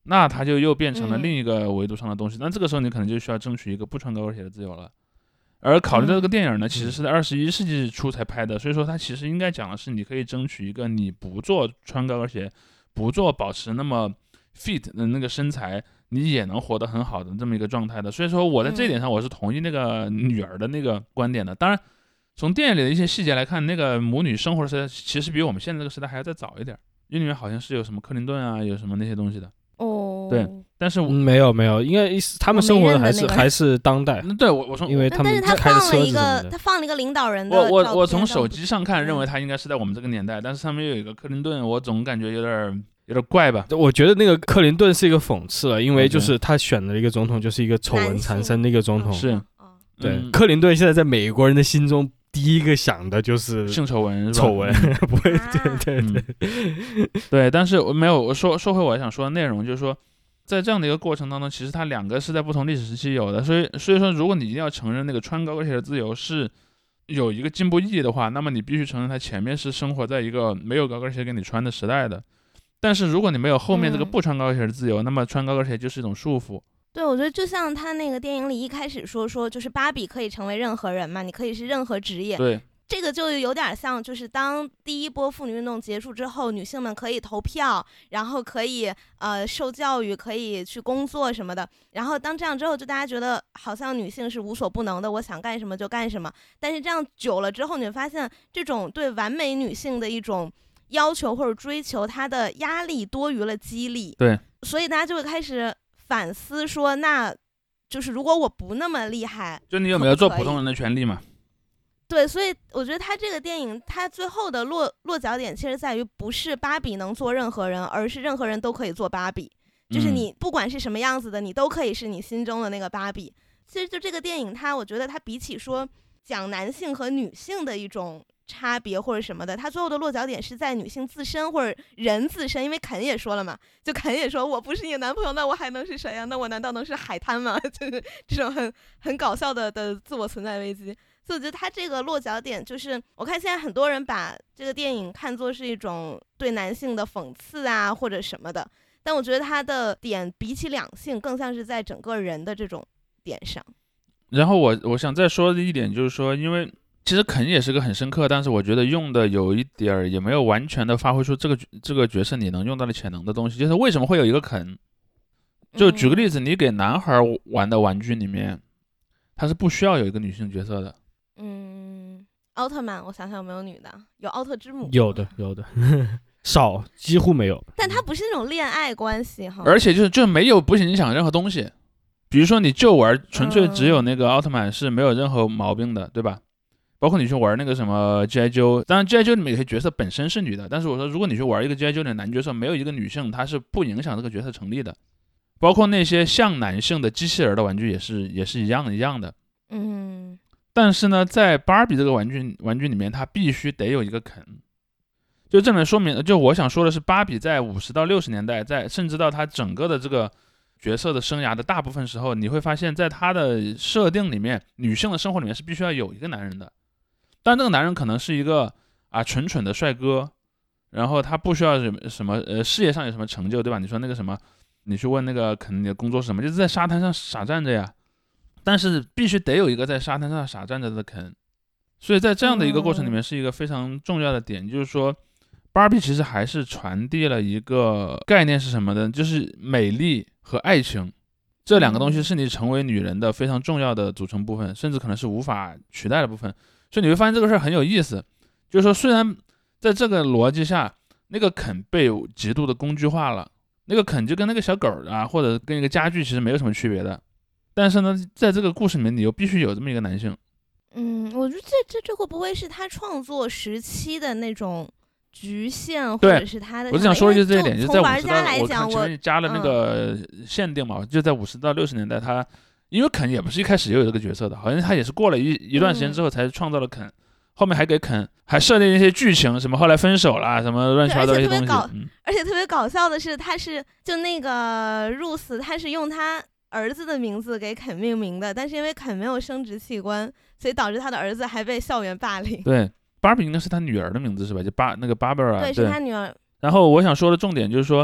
那它就又变成了另一个维度上的东西。那这个时候你可能就需要争取一个不穿高跟鞋的自由了。而考虑到这个电影呢，其实是在21世纪初才拍的，所以说它其实应该讲的是，你可以争取一个你不做穿高跟鞋，不做保持那么 fit 的那个身材，你也能活得很好的这么一个状态的。所以说我在这一点上我是同意那个女儿的那个观点的。当然，从电影里的一些细节来看，那个母女生活的时代其实比我们现在这个时代还要再早一点，因为里面好像是有什么克林顿啊，有什么那些东西的。对，但是没有，因为他们生活的还是当代。 对，我说， 因为他们但是他开着车子什么他放了一个领导人的照片。 我从手机上看，认为他应该是在我们这个年代，但是上面又有一个克林顿，我总感觉有点怪吧。 我觉得那个克林顿是一个讽刺了，因为就是他选的一个总统就是一个丑闻缠身的一个总统。 是， 对，克林顿现在在美国人的心中第一个想的就是性丑闻， 不会，对。 对，但是我没有，我说回我想说的内容，就是说，在这样的一个过程当中，其实它两个是在不同历史时期有的，所以说，如果你一定要承认那个穿高跟鞋的自由是有一个进步意义的话，那么你必须承认它前面是生活在一个没有高跟鞋给你穿的时代的。但是如果你没有后面这个不穿高跟鞋的自由，那么穿高跟鞋就是一种束缚。 对，我觉得就像他那个电影里一开始说，就是芭比可以成为任何人嘛，你可以是任何职业。 对。 这个就有点像，就是当第一波妇女运动结束之后，女性们可以投票，然后可以受教育，可以去工作什么的。然后当这样之后，就大家觉得好像女性是无所不能的，我想干什么就干什么。但是这样久了之后，你会发现这种对完美女性的一种要求或者追求，它的压力多于了激励。 对， 所以大家就会开始反思说，那就是如果我不那么厉害， 就你有没有做普通人的权利嘛？ 对，所以我觉得他这个电影，他最后的落脚点其实在于，不是芭比能做任何人，而是任何人都可以做芭比。就是你不管是什么样子的，你都可以是你心中的那个芭比。其实就这个电影，我觉得它比起说讲男性和女性的一种差别或者什么的，它最后的落脚点是在女性自身或者人自身。因为肯也说了嘛，就肯也说，我不是你的男朋友，那我还能是谁啊？那我难道能是海滩吗？就是这种很搞笑的自我存在危机。所以我觉得他这个落脚点就是，我看现在很多人把这个电影看作是一种对男性的讽刺啊或者什么的，但我觉得他的点比起两性更像是在整个人的这种点上。 然后我想再说的一点就是说，因为其实肯也是个很深刻，但是我觉得用的有一点也没有完全的发挥出这个角色你能用到的潜能的东西。就是为什么会有一个肯？就举个例子，你给男孩玩的玩具里面，他是不需要有一个女性角色的。 奥特曼，我想想有没有女的？有奥特之母。 有的，少，几乎没有。 但它不是那种恋爱关系哈。 而且就没有不影响任何东西。比如说你就玩纯粹只有那个奥特曼是没有任何毛病的，对吧？包括你去玩那个什么 G.I. Joe， 当然 G.I. Joe 里面有些角色本身是女的，但是我说如果你去玩一个 G.I. Joe 的男角色，没有一个女性，它是不影响这个角色成立的。包括那些像男性的机器人的玩具也是一样的。但是呢，在芭比这个玩具里面，它必须得有一个肯。就这能说明，就我想说的是，芭比在50到60年代，甚至到她整个的这个角色的生涯的大部分时候，你会发现在她的设定里面，女性的生活里面是必须要有一个男人的。但这个男人可能是一个蠢的帅哥，然后他不需要什么事业上有什么成就，对吧？你说那个什么，你去问那个可能你的工作是什么，就是在沙滩上傻站着呀。但是必须得有一个在沙滩上傻站着的肯。所以在这样的一个过程里面，是一个非常重要的点，就是说芭比其实还是传递了一个概念是什么呢？就是美丽和爱情这两个东西是你成为女人的非常重要的组成部分，甚至可能是无法取代的部分。所以你会发现这个事儿很有意思，就是说虽然在这个逻辑下，那个肯被极度的工具化了，那个肯就跟那个小狗或者跟一个家具其实没有什么区别的，但是呢，在这个故事里面，你又必须有这么一个男性。 我觉得这会不会是他创作时期的那种局限，或者是他的？ 我只想说的就是这一点，就在玩家来讲， 我加了那个限定嘛，就在50到60年代，他因为肯也不是一开始就有这个角色的，好像他也是过了一段时间之后才创造了肯，后面还给肯还设定一些剧情，什么后来分手啦，什么乱七八糟一些东西。 而且特别搞笑的是，他是就那个 Ruth， 他是用他儿子的名字给肯命名的，但是因为肯没有生殖器官，所以导致他的儿子还被校园霸凌。 对，芭比应该是他女儿的名字是吧？就那个 Barbara， 对，是他女儿。 然后我想说的重点就是说，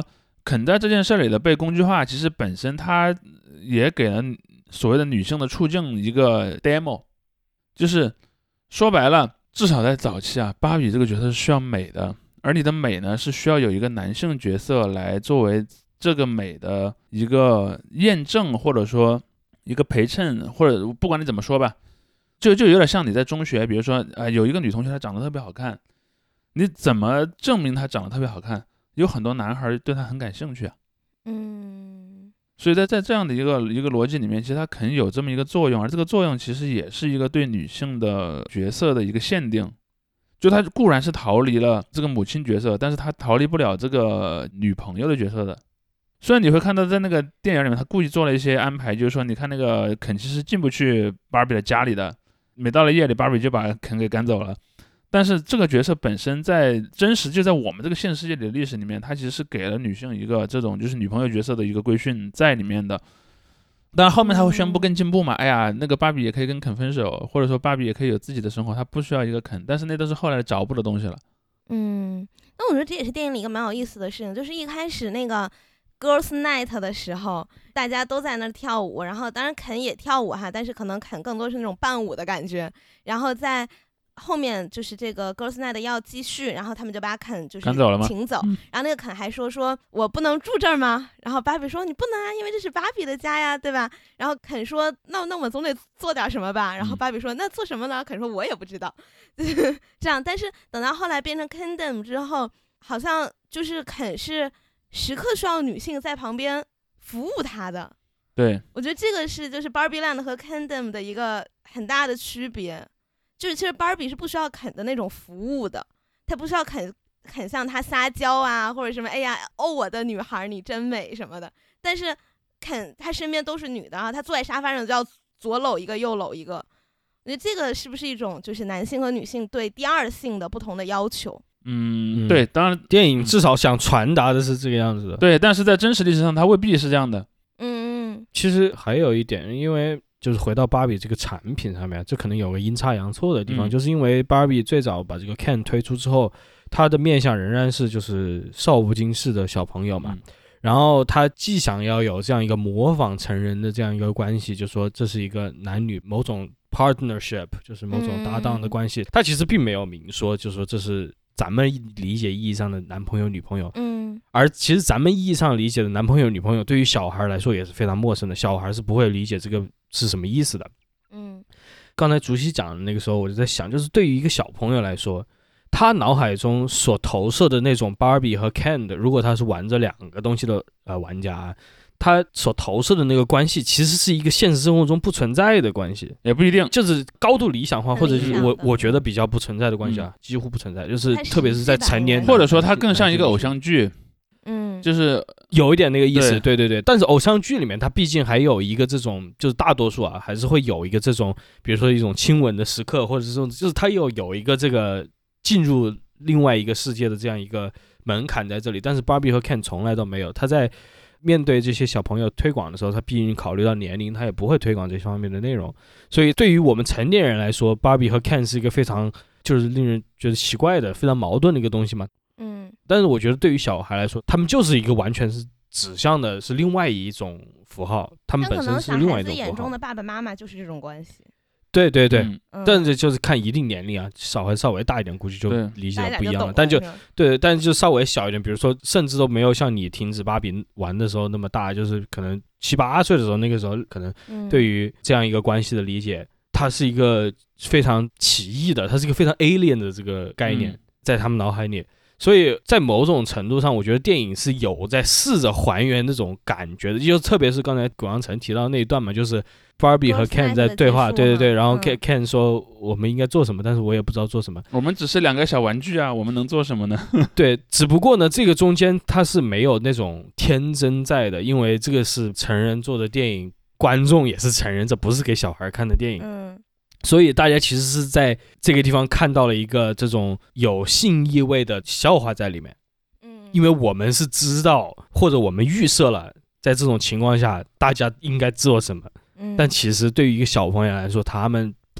肯在这件事里的被工具化，其实本身它也给了所谓的女性的处境一个 demo， 就是说白了，至少在早期啊，芭比这个角色是需要美的，而你的美呢是需要有一个男性角色来作为这个美的一个验证，或者说一个陪衬，或者不管你怎么说吧，就有点像你在中学，比如说有一个女同学她长得特别好看，你怎么证明她长得特别好看？有很多男孩对她很感兴趣啊。所以在这样的一个逻辑里面，其实它肯定有这么一个作用，而这个作用其实也是一个对女性的角色的一个限定。就她固然是逃离了这个母亲角色，但是她逃离不了这个女朋友的角色的。虽然你会看到在那个电影里面，他故意做了一些安排，就是说你看那个肯其实进不去芭比的家里的，每到了夜里，芭比就把肯给赶走了。但是这个角色本身在真实就在我们这个现实世界里的历史里面，它其实是给了女性一个这种就是女朋友角色的一个规训在里面的。当然后面他会宣布更进步嘛，哎呀，那个芭比也可以跟肯分手，或者说芭比也可以有自己的生活，她不需要一个肯，但是那都是后来找补的东西了。 那我觉得这也是电影里一个蛮有意思的事情，就是一开始那个 Girls Night 的时候，大家都在那跳舞，然后当然肯也跳舞哈，但是可能肯更多是那种伴舞的感觉，然后在后面就是这个 Girls Night 要继续，然后他们就把肯就是赶走了吗？ 请走，然后那个肯还说我不能住这儿吗？然后芭比说你不能啊，因为这是芭比的家呀，对吧？然后肯说那我总得做点什么吧。然后芭比说那做什么呢？肯说我也不知道，这样。但是等到后来变成 Kingdom 之后，好像就是肯是时刻需要女性在旁边服务他的。 对， 我觉得这个是就是 Barbie Land 和 Kingdom 的一个很大的区别。就是其实芭比是不需要肯的那种服务的，她不需要肯向她撒娇啊，或者什么哎呀我的女孩你真美什么的。但是肯她身边都是女的啊，她坐在沙发上就要左搂一个右搂一个。我觉得这个是不是一种就是男性和女性对第二性的不同的要求？ 对，当然电影至少想传达的是这个样子的。 对，但是在真实历史上它未必是这样的。 其实还有一点，因为就是回到芭比这个产品上面，这可能有个阴差阳错的地方，就是因为芭比最早把这个 Ken 推出之后，它的面向仍然是就是少不经事的小朋友嘛，然后他既想要有这样一个模仿成人的这样一个关系，就说这是一个男女某种 partnership， 就是某种搭档的关系，他其实并没有明说，就是说这是咱们理解意义上的男朋友女朋友，而其实咱们意义上理解的男朋友女朋友对于小孩来说也是非常陌生的，小孩是不会理解这个是什么意思的。刚才竹溪讲的那个时候我就在想，就是对于一个小朋友来说，他脑海中所投射的那种 Barbie 和 Ken 的，如果他是玩这两个东西的玩家，他所投射的那个关系其实是一个现实生活中不存在的关系， 也不一定， 就是高度理想化，或者是我觉得比较不存在的关系啊，几乎不存在，就是特别是在成年， 或者说它更像一个偶像剧，就是有一点那个意思，对对对。但是偶像剧里面它毕竟还有一个这种，就是大多数啊还是会有一个这种，比如说一种亲吻的时刻，或者是这种，就是它有一个这个进入另外一个世界的这样一个门槛在这里。但是 Barbie 和 Ken 从来都没有，他在面对这些小朋友推广的时候，他毕竟考虑到年龄，他也不会推广这方面的内容。所以对于我们成年人来说， Barbie 和 Ken 是一个非常就是令人觉得奇怪的非常矛盾的一个东西嘛。但是我觉得对于小孩来说，他们就是一个完全是指向的是另外一种符号，他们本身是另外一种符号。可能小孩子眼中的爸爸妈妈就是这种关系。 对对对，但是就是看一定年龄啊，稍微大一点估计就理解不一样了。但就对，但就稍微小一点，比如说甚至都没有像你停止芭比玩的时候那么大，就是可能7、8岁的时候，那个时候可能对于这样一个关系的理解，它是一个非常奇异的，它是一个非常 alien 的这个概念在他们脑海里。所以在某种程度上，我觉得电影是有在试着还原那种感觉的，就特别是刚才古阳城提到那一段嘛，就是 Barbie 和 Ken 在对话，对对对，然后 Ken 说我们应该做什么，但是我也不知道做什么， 我们只是2个小玩具啊，我们能做什么呢？ 对，只不过呢，这个中间它是没有那种天真在的，因为这个是成人做的电影，观众也是成人，这不是给小孩看的电影。所以大家其实是在这个地方看到了一个这种有性意味的笑话在里面，因为我们是知道或者我们预设了在这种情况下大家应该做什么，但其实对于一个小朋友来说，他们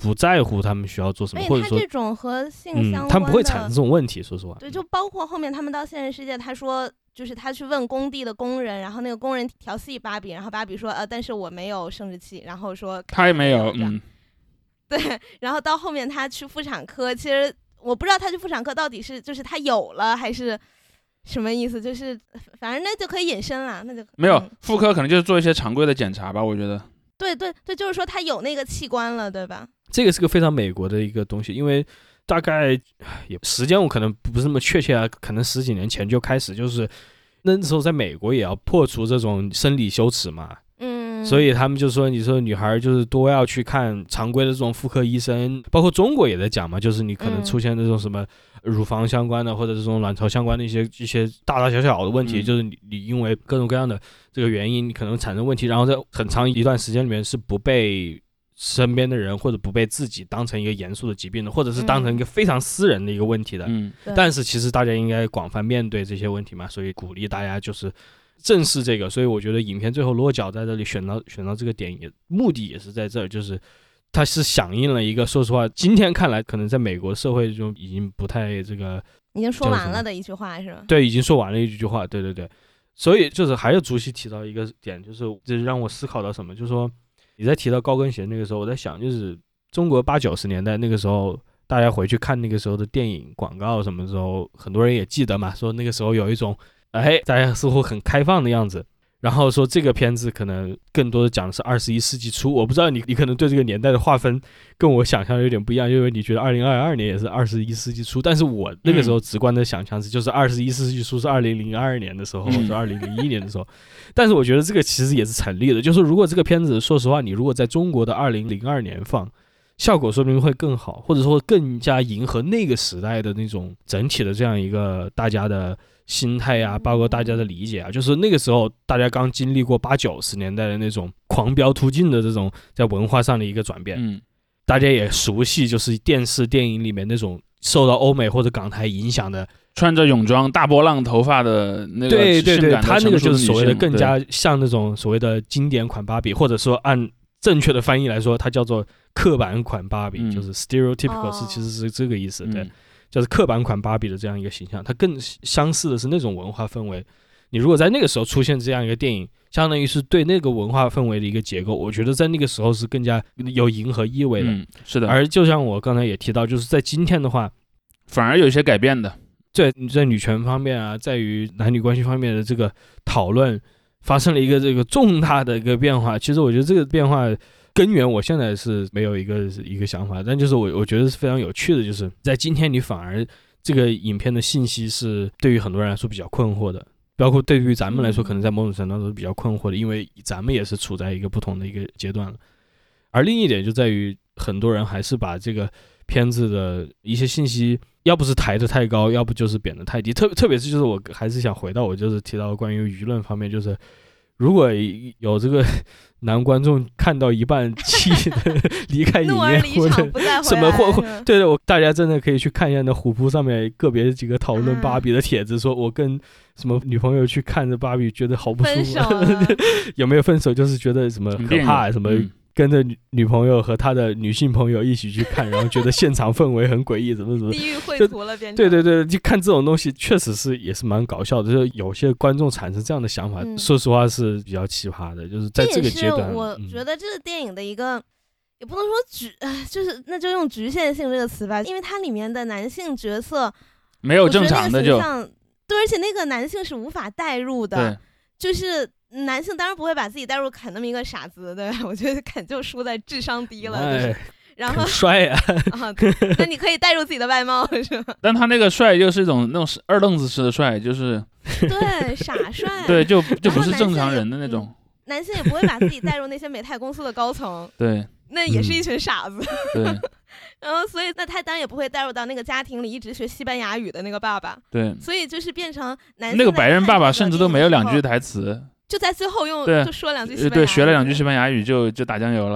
不在乎他们需要做什么，或者说这种和性相关的， 他们不会产生这种问题，说实话。 对，就包括后面他们到现实世界，他说就是他去问工地的工人，然后那个工人调戏芭比，然后芭比说但是我没有生殖器，然后说他也没有， 对，然后到后面他去妇产科，其实我不知道他去妇产科到底是就是他有了还是什么意思，就是反正那就可以引申了，那就没有妇科可能就是做一些常规的检查吧，我觉得。 对，就是说他有那个器官了，对吧？ 这个是个非常美国的一个东西，因为大概也时间我可能不是那么确切啊，可能10几年前就开始，就是那时候在美国也要破除这种生理羞耻嘛。所以他们就说，你说女孩就是多要去看常规的这种妇科医生，包括中国也在讲嘛，就是你可能出现那种什么乳房相关的或者这种卵巢相关的一些大大小小的问题，就是你因为各种各样的这个原因，你可能产生问题，然后在很长一段时间里面是不被身边的人或者不被自己当成一个严肃的疾病的，或者是当成一个非常私人的一个问题的。但是其实大家应该广泛面对这些问题嘛，所以鼓励大家就是正视这个。所以我觉得影片最后落脚在这里选到这个点，也目的也是在这儿，就是它是响应了一个，说实话今天看来可能在美国社会中已经不太这个已经说完了的一句话是吧？ 对，已经说完了一句话，对。所以就是还有主席提到一个点，就是让我思考到什么，就是说你在提到高跟鞋那个时候，我在想，就是中国80、90年代那个时候，大家回去看那个时候的电影广告什么时候，很多人也记得嘛，说那个时候有一种大家似乎很开放的样子。然后说这个片子可能更多的讲的是21世纪初，我不知道你可能对这个年代的划分跟我想象有点不一样，因为你觉得2022年也是21世纪初，但是我那个时候直观的想象是就是21世纪初是2002年的时候，或者2001年的时候。但是我觉得这个其实也是成立的，就是如果这个片子说实话你如果在中国的2002年放，效果说不定会更好，或者说更加迎合那个时代的那种整体的这样一个大家的心态啊，包括大家的理解啊，就是那个时候大家刚经历过80、90年代的那种狂飙突进的这种在文化上的一个转变，大家也熟悉就是电视电影里面那种受到欧美或者港台影响的穿着泳装大波浪头发的那个对， 他那个就是所谓的更加像那种所谓的经典款芭比，或者说按正确的翻译来说它叫做刻板款芭比，就是 stereotypical 其实是这个意思，对，就是刻板款芭比的这样一个形象。它更相似的是那种文化氛围，你如果在那个时候出现这样一个电影，相当于是对那个文化氛围的一个结构，我觉得在那个时候是更加有迎合意味的， 是的。 而就像我刚才也提到，就是在今天的话反而有一些改变的， 在女权方面啊，在于男女关系方面的这个讨论发生了一个这个重大的一个变化。其实我觉得这个变化根源我现在是没有一个想法，但就是我觉得是非常有趣的，就是在今天你反而这个影片的信息是对于很多人来说比较困惑的，包括对于咱们来说可能在某种程度上是比较困惑的，因为咱们也是处在一个不同的一个阶段了。而另一点就在于很多人还是把这个片子的一些信息要不是抬得太高，要不就是贬得太低，特别是就是我还是想回到我就是提到关于舆论方面，就是如果有这个男观众看到一半气的离开影院或者什么对的，大家真的可以去看一下那虎扑上面个别几个讨论芭比的帖子，说我跟什么女朋友去看着芭比觉得好不舒服，有没有分手就是觉得什么可怕，什么跟着女朋友和他的女性朋友一起去看，然后觉得现场氛围很诡异，怎么地狱绘图了变成。 对，就看这种东西确实是也是蛮搞笑的，就是有些观众产生这样的想法，说实话是比较奇葩的，就是在这个阶段。 我觉得这个电影的一个也不能说就是那就用局限性这个词吧，因为它里面的男性角色没有正常的就对，而且那个男性是无法代入的，就是男性当然不会把自己带入肯那么一个傻子，对吧？我觉得肯就输在智商低了，然后帅啊那你可以带入自己的外貌是吧？ 但他那个帅又是一种那种二愣子式的帅，就是对傻帅， 对就不是正常人的那种。 男性也不会把自己带入那些美泰公司的高层， 对， 那也是一群傻子。 对， 然后所以那他当然也不会带入到那个家庭里一直学西班牙语的那个爸爸。 对， 所以就是变成男性那个白人爸爸甚至都没有2句台词。 就在最后就说2句西班牙语， 对，学了2句西班牙语就打酱油了。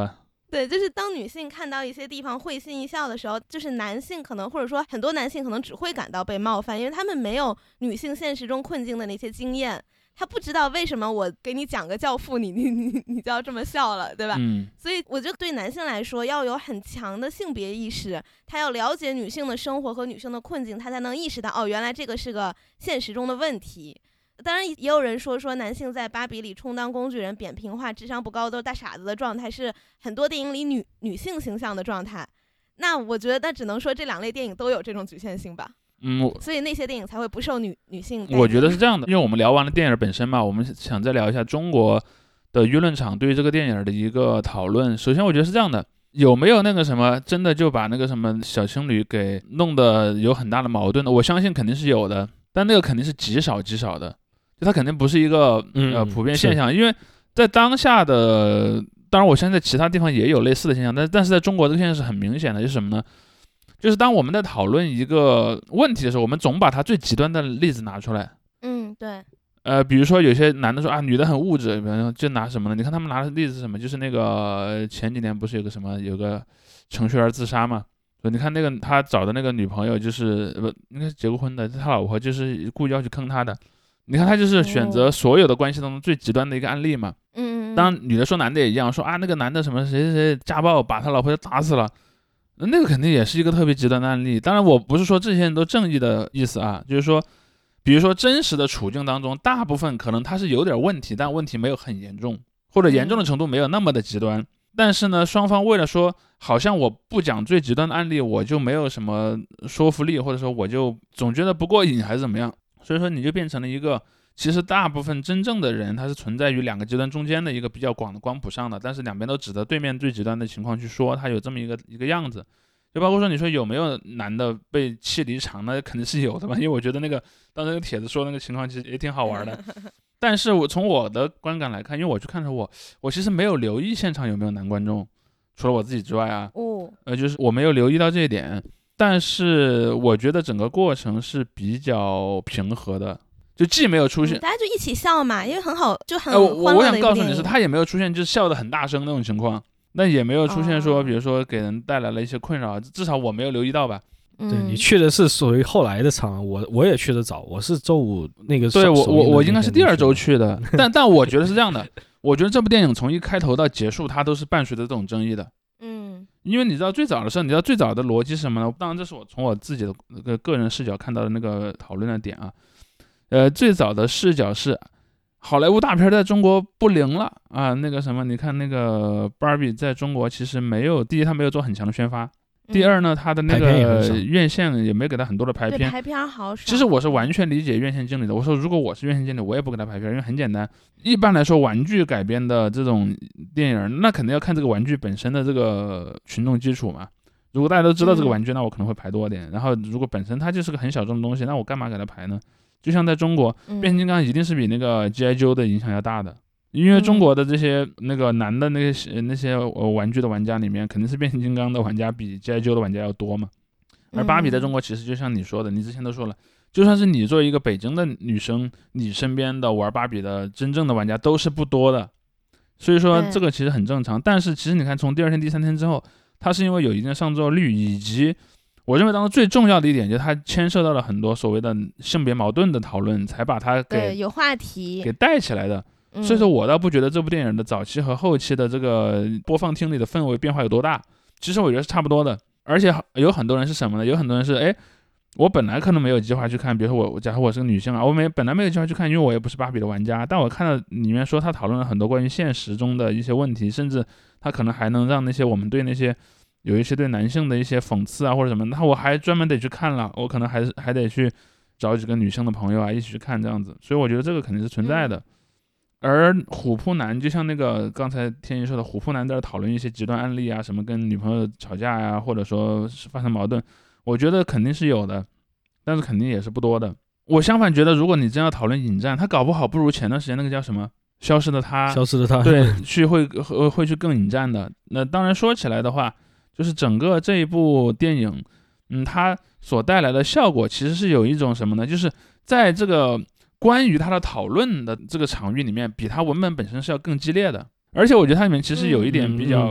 对，就是当女性看到一些地方会心一笑的时候，就是男性可能或者说很多男性可能只会感到被冒犯，因为他们没有女性现实中困境的那些经验，他不知道为什么我给你讲个教父，你就要这么笑了，对吧？所以我觉得对男性来说要有很强的性别意识，他要了解女性的生活和女性的困境，他才能意识到哦，原来这个是个现实中的问题。当然也有人说男性在芭比里充当工具人、扁平化、智商不高都是大傻子的状态，是很多电影里女性形象的状态。那我觉得那只能说这两类电影都有这种局限性吧。所以那些电影才会不受女性。 我觉得是这样的，因为我们聊完了电影本身嘛，我们想再聊一下中国的舆论场对于这个电影的一个讨论。首先我觉得是这样的，有没有那个什么真的就把那个什么小情侣给弄得有很大的矛盾的？我相信肯定是有的，但那个肯定是极少的，就它肯定不是一个普遍现象。因为在当下的，当然我相信在其他地方也有类似的现象，但是在中国这个现象是很明显的，就是什么呢？就是当我们在讨论一个问题的时候，我们总把它最极端的例子拿出来。 对。 比如说有些男的说啊，女的很物质，比方说就拿什么呢？你看他们拿的例子是什么？就是那个前几年不是有个程序员自杀嘛？你看那个他找的那个女朋友就是应该是结过婚的，他老婆就是故意要去坑他的。你看他就是选择所有的关系当中最极端的一个案例嘛。当然女的说男的也一样，说啊那个男的什么谁谁谁家暴把他老婆打死了。那个肯定也是一个特别极端的案例。当然我不是说这些人都正义的意思啊，就是说比如说真实的处境当中，大部分可能他是有点问题，但问题没有很严重，或者严重的程度没有那么的极端。但是呢，双方为了说好像我不讲最极端的案例我就没有什么说服力，或者说我就总觉得不过瘾还是怎么样，所以说你就变成了一个其实大部分真正的人他是存在于两个极端中间的一个比较广的光谱上的，但是两边都指着对面最极端的情况去说，他有这么一个样子。就包括说你说有没有男的被气离场，那肯定是有的嘛，因为我觉得那个当时那个帖子说那个情况其实也挺好玩的。但是我从我的观感来看，因为我去看的时候我其实没有留意现场有没有男观众，除了我自己之外啊，就是我没有留意到这一点。但是我觉得整个过程是比较平和的，就既没有出现大家就一起笑嘛，因为很好，就很欢乐的一部电影。我想告诉你是，他也没有出现就是笑得很大声那种情况，那也没有出现说比如说给人带来了一些困扰，至少我没有留意到吧。 对，你去的是属于后来的场，我也去的早，我是周五那个。 对，我应该是第二周去的。但我觉得是这样的，我觉得这部电影从一开头到结束，它都是伴随着这种争议的。因为你知道最早的时候，你知道最早的逻辑是什么呢？当然这是我从我自己的那个个人视角看到的那个讨论的点啊。最早的视角是好莱坞大片在中国不灵了啊，那个什么，你看那个 Barbie 在中国其实没有，第一它没有做很强的宣发。第二呢，他的那个院线也没给他很多的排片， 排片好少。 其实我是完全理解院线经理的。我说如果我是院线经理，我也不给他排片，因为很简单。一般来说，玩具改编的这种电影，那肯定要看这个玩具本身的这个群众基础嘛。如果大家都知道这个玩具，那我可能会排多点。然后如果本身它就是个很小众的东西，那我干嘛给他排呢？就像在中国，变形金刚一定是比那个 G.I. Joe 的影响要大的。因为中国的这些那个男的那些玩具的玩家里面，肯定是变形金刚的玩家比 G.I. Joe 的玩家要多嘛。而芭比在中国其实就像你说的，你之前都说了，就算是你作为一个北京的女生，你身边的玩芭比的真正的玩家都是不多的，所以说这个其实很正常。但是其实你看，从第二天、第三天之后，它是因为有一定的上座率，以及我认为当中最重要的一点，就是它牵涉到了很多所谓的性别矛盾的讨论，才把它给有话题给带起来的。所以说我倒不觉得这部电影的早期和后期的这个播放厅里的氛围变化有多大，其实我觉得是差不多的。而且有很多人是什么呢？有很多人是我本来可能没有计划去看，比如说假如我是个女性啊，本来没有计划去看，因为我也不是芭比的玩家，但我看到里面说他讨论了很多关于现实中的一些问题，甚至他可能还能让那些我们对那些有一些对男性的一些讽刺啊或者什么，那我还专门得去看了，我可能还得去找几个女性的朋友啊一起去看这样子，所以我觉得这个肯定是存在的。而虎扑男就像那个刚才天一说的，虎扑男在讨论一些极端案例啊，什么跟女朋友吵架呀，或者说是发生矛盾，我觉得肯定是有的，但是肯定也是不多的。我相反觉得，如果你真要讨论引战，他搞不好不如前段时间那个叫什么消失的他，对，会去更引战的。那当然说起来的话，就是整个这一部电影，它所带来的效果其实是有一种什么呢？就是在这个关于他的讨论的这个场域里面，比他文本本身是要更激烈的。而且我觉得它里面其实有一点比较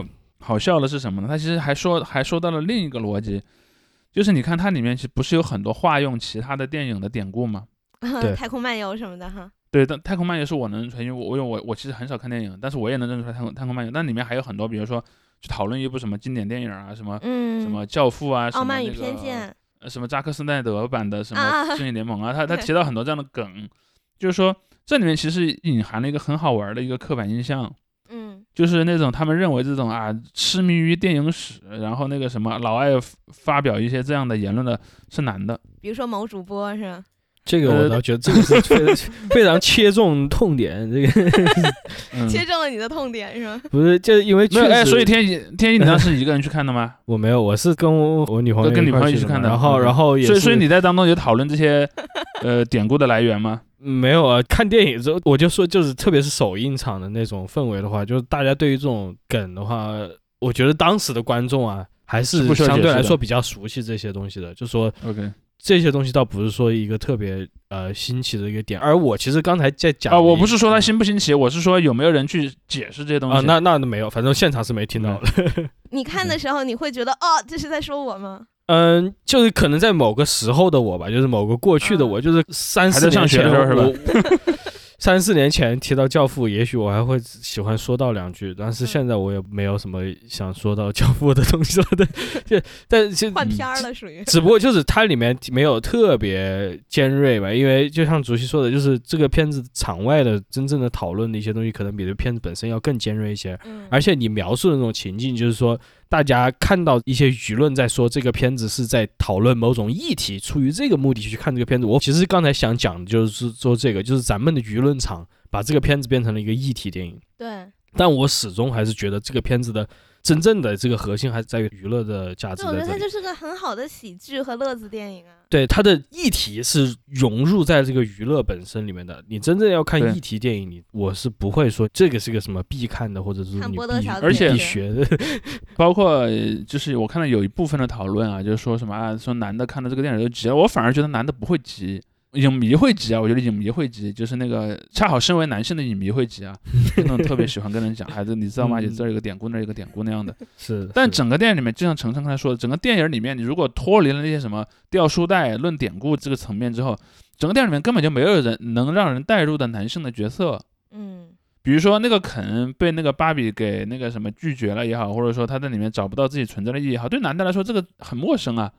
好笑的是什么呢？他其实还说到了另一个逻辑，就是你看它里面其实不是有很多化用其他的电影的典故吗？ 对太空漫游什么的哈。 对，但太空漫游是我能认出来，因为我其实很少看电影，但是我也能认出来太空漫游。但里面还有很多，比如说去讨论一部什么经典电影啊，什么教父啊，什么傲慢与偏见， 什么扎克斯奈德版的什么正义联盟啊，他提到很多这样的梗，就是说这里面其实隐含了一个很好玩的一个刻板印象。就是那种他们认为这种痴迷于电影史，然后那个什么老爱发表一些这样的言论的是男的， 比如说某主播是吧？ 这个我倒觉得这个是非常切中痛点，这个切中了你的痛点是吧？ 不是，就是因为确实， 所以天一你当时一个人去看的吗？ 我没有，我是跟我女朋友一起去看的，然后也是， 所以你在当中有讨论这些典故的来源吗？ 没有啊，看电影之后我就说，就是特别是首映场的那种氛围的话，就是大家对于这种梗的话，我觉得当时的观众还是相对来说比较熟悉这些东西的，就说 OK。 这些东西倒不是说一个特别新奇的一个点，而我其实刚才在讲我不是说它新不新奇，我是说有没有人去解释这些东西那没有，反正现场是没听到的。 你看的时候你会觉得这是在说我吗？ 就是可能在某个时候的我吧，就是某个过去的我，就是3-4年前是吧 ？3-4年前提到教父，也许我还会喜欢说到2句，但是现在我也没有什么想说到教父的东西了的，但是换片了属于。 只不过就是它里面没有特别尖锐吧，因为就像主席说的，就是这个片子场外的真正的讨论的一些东西，可能比这片子本身要更尖锐一些。而且你描述的那种情境，就是说大家看到一些舆论在说这个片子是在讨论某种议题，出于这个目的去看这个片子。我其实刚才想讲的就是说这个，就是咱们的舆论场把这个片子变成了一个议题电影。 对。 但我始终还是觉得这个片子的真正的这个核心还是在于娱乐的价值在这里。 我觉得它就是个很好的喜剧和乐子电影啊。 对，它的议题是融入在这个娱乐本身里面的。你真正要看议题电影，我是不会说这个是个什么必看的，或者是你必学的。 包括就是我看到有一部分的讨论就是说什么说男的看到这个电影就急了，我反而觉得男的不会急。影迷会急我觉得影迷会急，就是那个恰好身为男性的影迷会急那种特别喜欢跟人讲，你知道吗？这有个典故，那有个典故那样的。 是。 但整个电影里面，就像程程刚才说的，整个电影里面，你如果脱离了那些什么掉书袋、论典故这个层面之后，整个电影里面根本就没有人能让人带入的男性的角色。比如说那个肯被那个芭比给那个什么拒绝了也好，或者说他在里面找不到自己存在的意义也好，对男的来说这个很陌生啊。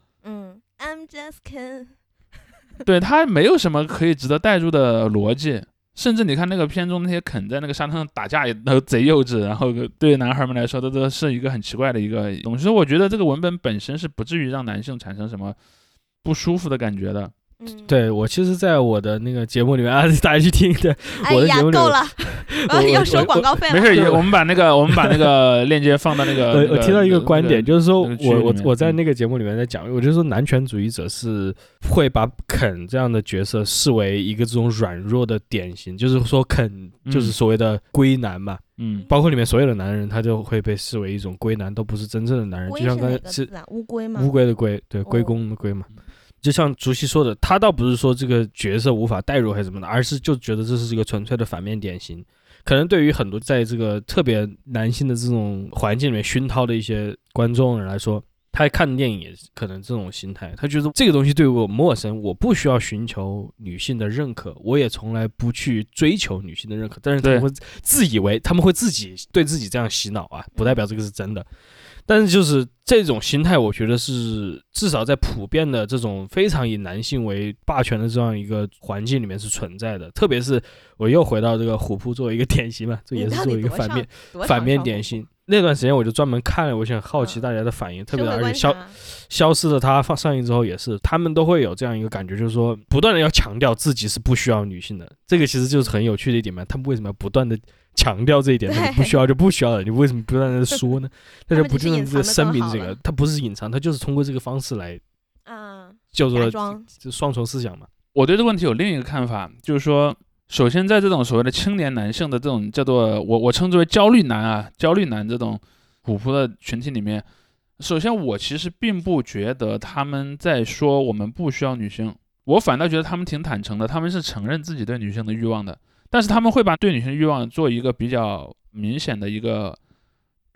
I'm just Ken。 对，他没有什么可以值得带入的逻辑，甚至你看那个片中那些肯在那个沙滩上打架也都贼幼稚，然后对男孩们来说都是一个很奇怪的一个东西。所以我觉得这个文本本身是不至于让男性产生什么不舒服的感觉的。 对，我其实在我的那个节目里面大家去听的，我的节目里面够了，要收广告费了。 没事，我们把那个链接放到那个。 我提到一个观点，就是说我在那个节目里面在讲，我就说男权主义者是会把肯这样的角色视为一个这种软弱的典型，就是说肯就是所谓的龟男嘛。包括里面所有的男人，他就会被视为一种龟男，都不是真正的男人。就像刚才是乌龟吗？ 乌龟的龟，对，龟公的龟嘛。就像竹溪说的，他倒不是说这个角色无法代入还是怎么的，而是就觉得这是一个纯粹的反面典型。可能对于很多在这个特别男性的这种环境里面熏陶的一些观众人来说，他看电影也可能这种心态，他觉得这个东西对我陌生，我不需要寻求女性的认可，我也从来不去追求女性的认可，但是他们会自以为他们会自己对自己这样洗脑不代表这个是真的。但是就是这种心态，我觉得是至少在普遍的这种非常以男性为霸权的这样一个环境里面是存在的。特别是我又回到这个虎扑作为一个典型嘛，这也是作为一个反面典型。那段时间我就专门看了，我想好奇大家的反应，特别是而且消失的他上映之后也是，他们都会有这样一个感觉，就是说不断的要强调自己是不需要女性的。这个其实就是很有趣的一点嘛，他们为什么要不断的强调这一点？你不需要就不需要了，你为什么不断的说呢？大家不就是声明这个？他不是隐藏，他就是通过这个方式来，叫做就双重思想嘛。 我对这个问题有另一个看法，就是说，首先在这种所谓的青年男性的这种叫做我称之为焦虑男这种虎扑的群体里面，首先我其实并不觉得他们在说我们不需要女性，我反倒觉得他们挺坦诚的，他们是承认自己对女性的欲望的。但是他们会把对女性的欲望做一个比较明显的一个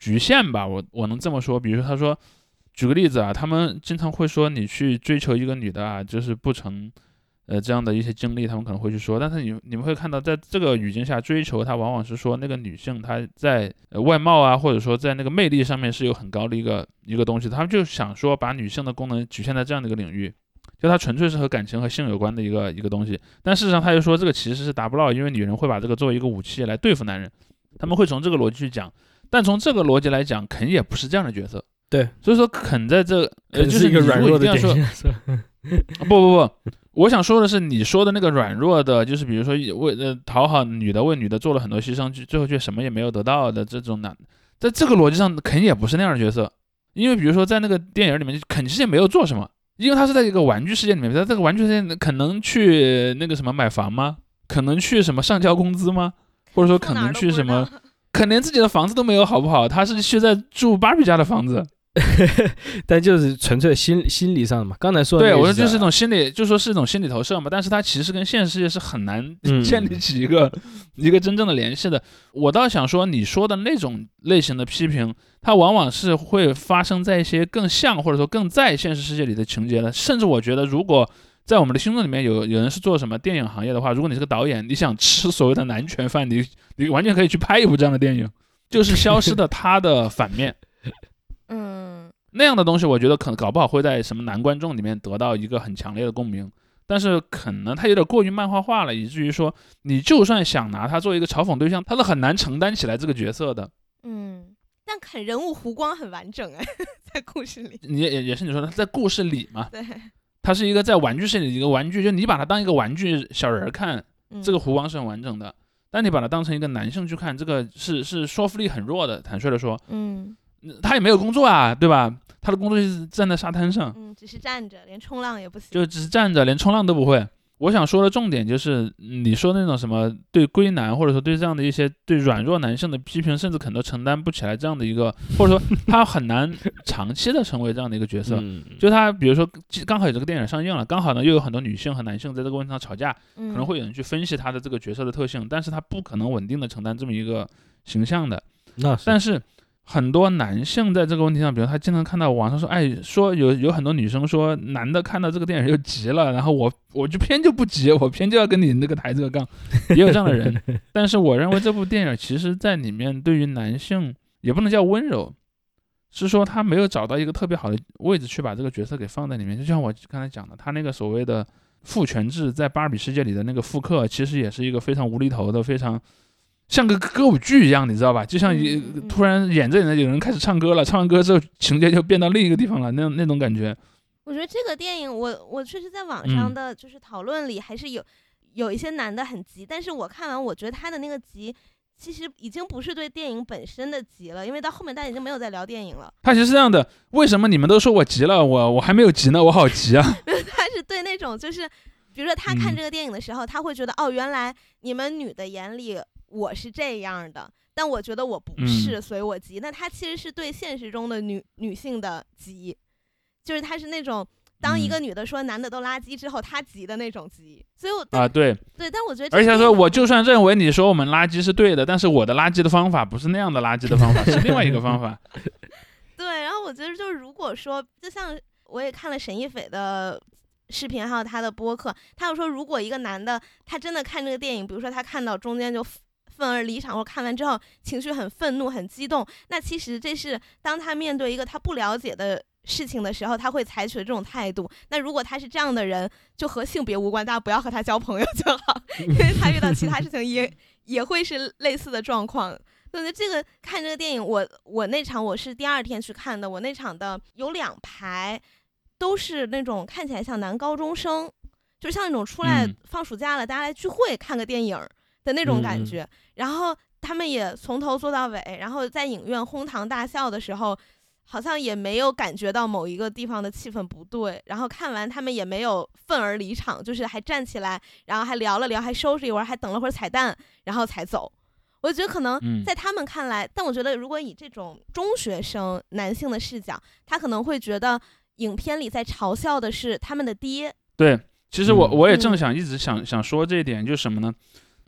局限吧，我能这么说。比如说他说，举个例子啊，他们经常会说你去追求一个女的啊，就是不成这样的一些经历，他们可能会去说。但是你们会看到，在这个语境下追求，它往往是说那个女性她在外貌啊，或者说在那个魅力上面是有很高的一个东西，他们就想说把女性的功能局限在这样的一个领域，就它纯粹是和感情和性有关的一个东西。但事实上他就说这个其实是达不到，因为女人会把这个作为一个武器来对付男人，他们会从这个逻辑去讲。但从这个逻辑来讲，肯也不是这样的角色。 对， 所以说肯在这就是一个软弱的典型。 不，我想说的是，你说的那个软弱的，就是比如说讨好女的，为女的做了很多牺牲，最后却什么也没有得到的这种男，在这个逻辑上，肯也不是那样的角色。因为比如说在那个电影里面，肯其实也没有做什么，因为他是在一个玩具世界里面，在这个玩具世界可能去那个什么买房吗？可能去什么上交工资吗？或者说可能去什么？可连自己的房子都没有，好不好？他是去在住芭比家的房子。 但就是纯粹心理上的嘛。刚才说的对，我说就是一种心理，就说是一种心理投射嘛。但是它其实跟现实世界是很难建立起一个真正的联系的。我倒想说，你说的那种类型的批评，它往往是会发生在一些更像或者说更在现实世界里的情节的。甚至我觉得，如果在我们的听众里面有人是做什么电影行业的话，如果你是个导演，你想吃所谓的男权饭，你完全可以去拍一部这样的电影，就是消失的他的反面。那样的东西，我觉得可能搞不好会在什么男观众里面得到一个很强烈的共鸣，但是可能他有点过于漫画化了，以至于说你就算想拿他做一个嘲讽对象，他都很难承担起来这个角色的。 但肯人物弧光很完整哎，在故事里。 你也是你说的，在故事里嘛， 对， 它是一个在玩具世界里的一个玩具，就你把它当一个玩具小人看，这个弧光是很完整的。但你把它当成一个男性去看，这个是说服力很弱的。坦率的说，他也没有工作啊，对吧？他的工作就是站在沙滩上， 只是站着，连冲浪也不行， 就只是站着，连冲浪都不会。我想说的重点就是，你说那种什么对龟男，或者说对这样的一些对软弱男性的批评，甚至可能都承担不起来这样的一个，或者说他很难长期的成为这样的一个角色。就他比如说刚好有这个电影上映了，刚好呢又有很多女性和男性在这个问题上吵架，可能会有人去分析他的这个角色的特性，但是他不可能稳定的承担这么一个形象的。但是很多男性在这个问题上，比如他经常看到网上说有很多女生说男的看到这个电影就急了，然后我就偏就不急，我偏就要跟你那个抬这个杠，也有这样的人。但是我认为这部电影其实在里面对于男性也不能叫温柔，是说他没有找到一个特别好的位置去把这个角色给放在里面。就像我刚才讲的，他那个所谓的父权制在芭比世界里的那个复刻，其实也是一个非常无厘头的，非常像个歌舞剧一样，你知道吧？就像突然演着演着有人开始唱歌了，唱完歌之后情节就变到另一个地方了，那种感觉。 我觉得这个电影我确实在网上的就是讨论里还是有一些男的很急，但是我看完我觉得他的那个急其实已经不是对电影本身的急了，因为到后面大家已经没有在聊电影了。 他其实是这样的，为什么你们都说我急了，我还没有急呢，我好急啊。 他是对那种就是比如说他看这个电影的时候，他会觉得原来你们女的眼里我是这样的，但我觉得我不是，所以我急。那他其实是对现实中的女性的急，就是他是那种当一个女的说男的都垃圾之后，他急的那种急。所以对，但我觉得而且他说我就算认为你说我们垃圾是对的，但是我的垃圾的方法不是那样的垃圾的方法，是另外一个方法。 对，然后我觉得就是如果说就像我也看了沈一斐的视频还有他的播客，他有说如果一个男的他真的看这个电影，比如说他看到中间就愤而离场，或看完之后情绪很愤怒很激动，那其实这是当他面对一个他不了解的事情的时候他会采取的这种态度。那如果他是这样的人，就和性别无关，大家不要和他交朋友就好，因为他遇到其他事情也会是类似的状况。我觉得这个看这个电影，我那场我是第二天去看的，我那场的有2排都是那种看起来像男高中生，就像那种出来放暑假了，大家来聚会看个电影的那种感觉。然后他们也从头坐到尾，然后在影院哄堂大笑的时候，好像也没有感觉到某一个地方的气氛不对。然后看完他们也没有愤而离场，就是还站起来，然后还聊了聊，还收拾一会儿，还等了会儿彩蛋，然后才走。我觉得可能在他们看来，但我觉得如果以这种中学生男性的视角，他可能会觉得影片里在嘲笑的是他们的爹。 对，其实我也正想一直想说这一点，就是什么呢？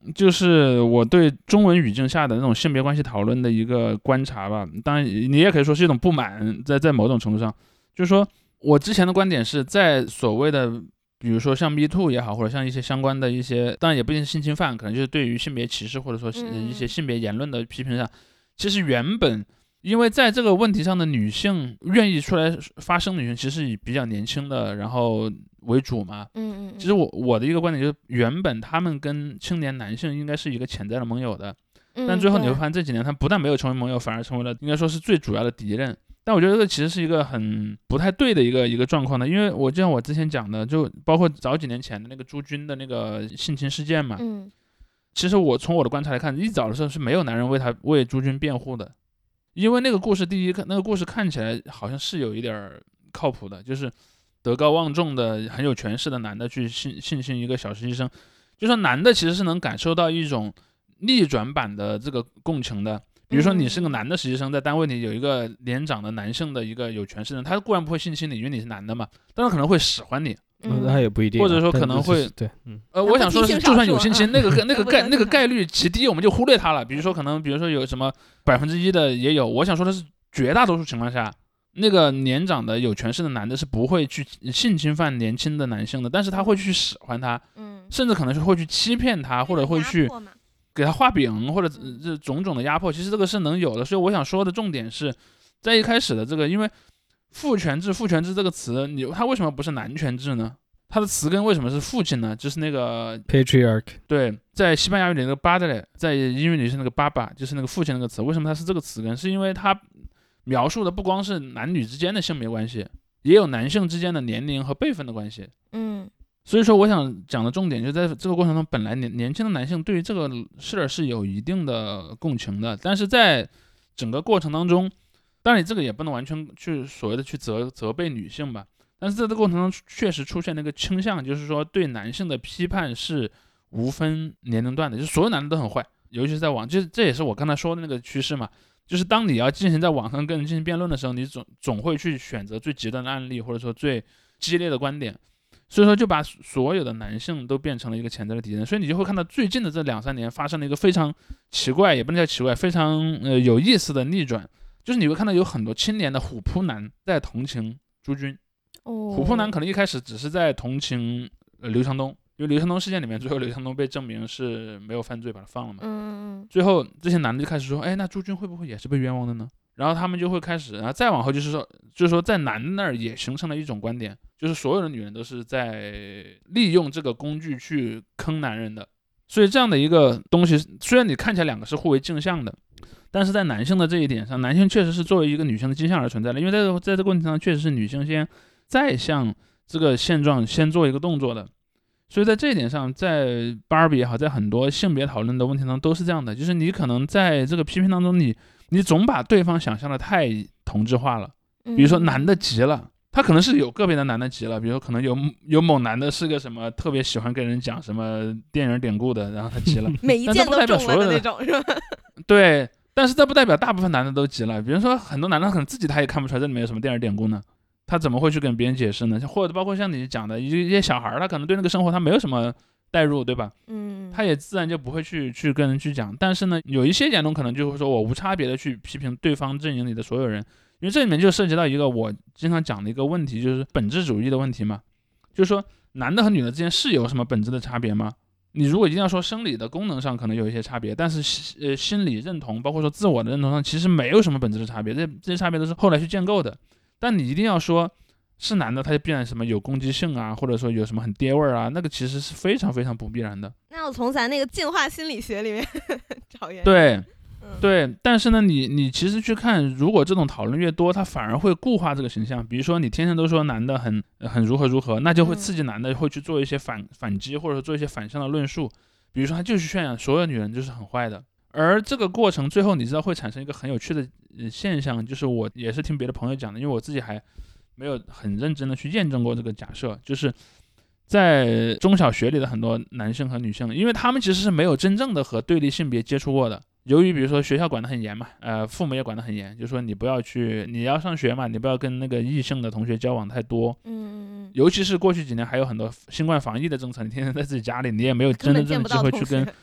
就是我对中文语境下的那种性别关系讨论的一个观察吧。当然，你也可以说是一种不满，在某种程度上，就是说我之前的观点是在所谓的，比如说像 Me Too 也好，或者像一些相关的一些，当然也不一定是性侵犯，可能就是对于性别歧视或者说一些性别言论的批评上，其实原本因为在这个问题上的女性愿意出来发声的女性，其实以比较年轻的然后为主嘛。其实我的一个观点就是，原本他们跟青年男性应该是一个潜在的盟友的，但最后你会发现这几年他不但没有成为盟友，反而成为了应该说是最主要的敌人。但我觉得这个其实是一个很不太对的一个状况呢，因为就像我之前讲的，就包括早几年前的那个朱军的那个性侵事件嘛。其实我从我的观察来看，一早的时候是没有男人为朱军辩护的。因为那个故事，那个故事看起来好像是有一点靠谱的，就是德高望重的、很有权势的男的去性侵一个小实习生，就说男的其实是能感受到一种逆转版的这个共情的。比如说你是个男的实习生，在单位里有一个年长的男性的一个有权势的人，他固然不会性侵你，因为你是男的嘛，但他可能会使唤你。 那也不一定， 或者说可能会对， 我想说的是，就算有性侵，那个概率极低，我们就忽略它了。比如说有什么1%的也有，我想说的是，绝大多数情况下，那个年长的有权势的男的是不会去性侵犯年轻的男性的，但是他会去使唤他，甚至可能是会去欺骗他，或者会去给他画饼，或者这种种的压迫，其实这个是能有的。所以我想说的重点是在一开始的这个，因为父权制这个词，它为什么不是男权制呢？它的词根为什么是父亲呢？就是那个 patriarch。 对，在西班牙语里那个 padre， 在英语里是那个爸爸，就是那个父亲那个词。为什么它是这个词根？是因为它描述的不光是男女之间的性别关系，也有男性之间的年龄和辈分的关系。所以说我想讲的重点就在这个过程中，本来年轻的男性对于这个事儿是有一定的共情的，但是在整个过程当中，当然你这个也不能完全去所谓的去责备女性吧，但是在这个过程中确实出现了一个倾向，就是说对男性的批判是无分年龄段的，就是所有男的都很坏，尤其是在网，就是这也是我刚才说的那个趋势嘛，就是当你要进行在网上跟人进行辩论的时候，你总会去选择最极端的案例，或者说最激烈的观点，所以说就把所有的男性都变成了一个潜在的敌人。所以你就会看到最近的这2-3年发生了一个非常奇怪，也不能叫奇怪，非常有意思的逆转，就是你会看到有很多青年的虎扑男在同情朱军。虎扑男可能一开始只是在同情刘强东，因为刘强东事件里面最后刘强东被证明是没有犯罪，把他放了嘛。最后这些男的就开始说，哎，那朱军会不会也是被冤枉的呢？然后他们就会开始，然后再往后就是说在男的那儿也形成了一种观点，就是所有的女人都是在利用这个工具去坑男人的。所以这样的一个东西，虽然你看起来两个是互为镜像的，但是在男性的这一点上，男性确实是作为一个女性的镜像而存在的，因为在这个问题上确实是女性先再向这个现状先做一个动作的。所以在这一点上，在芭比也好，在很多性别讨论的问题上都是这样的，就是你可能在这个批评当中，你总把对方想象的太同质化了。比如说男的急了，他可能是有个别的男的急了，比如说可能有某男的是个什么特别喜欢跟人讲什么电影典故的，然后他急了每一件都中了的那种，是吧？ 对，但是这不代表大部分男的都急了。比如说很多男的可能自己他也看不出来这里面有什么电影典故呢，他怎么会去跟别人解释呢？或者包括像你讲的一些小孩，他可能对那个生活他没有什么代入，对吧？他也自然就不会去跟人去讲。但是呢，有一些言论可能就会说我无差别的去批评对方阵营里的所有人，因为这里面就涉及到一个我经常讲的一个问题，就是本质主义的问题嘛。就是说男的和女的之间是有什么本质的差别吗？你如果一定要说生理的功能上可能有一些差别，但是心理认同包括说自我的认同上其实没有什么本质的差别，这些差别都是后来去建构的。但你一定要说是男的他就必然什么有攻击性啊，或者说有什么很爹味啊，那个其实是非常非常不必然的。 那我从咱那个进化心理学里面找原因。 对，但是呢你其实去看，如果这种讨论越多，它反而会固化这个形象。比如说你天天都说男的很如何，那就会刺激男的会去做一些反击，或者说做一些反向的论述。比如说他就是渲染所有女人就是很坏的，而这个过程最后你知道会产生一个很有趣的现象，就是我也是听别的朋友讲的，因为我自己还没有很认真的去验证过这个假设，就是在中小学里的很多男性和女性，因为他们其实是没有真正的和对立性别接触过的。由于比如说学校管得很严嘛，父母也管得很严，就说你要上学嘛，你不要跟那个异性的同学交往太多。尤其是过去几年还有很多新冠防疫的政策，你天天在自己家里，你也没有真正的机会去跟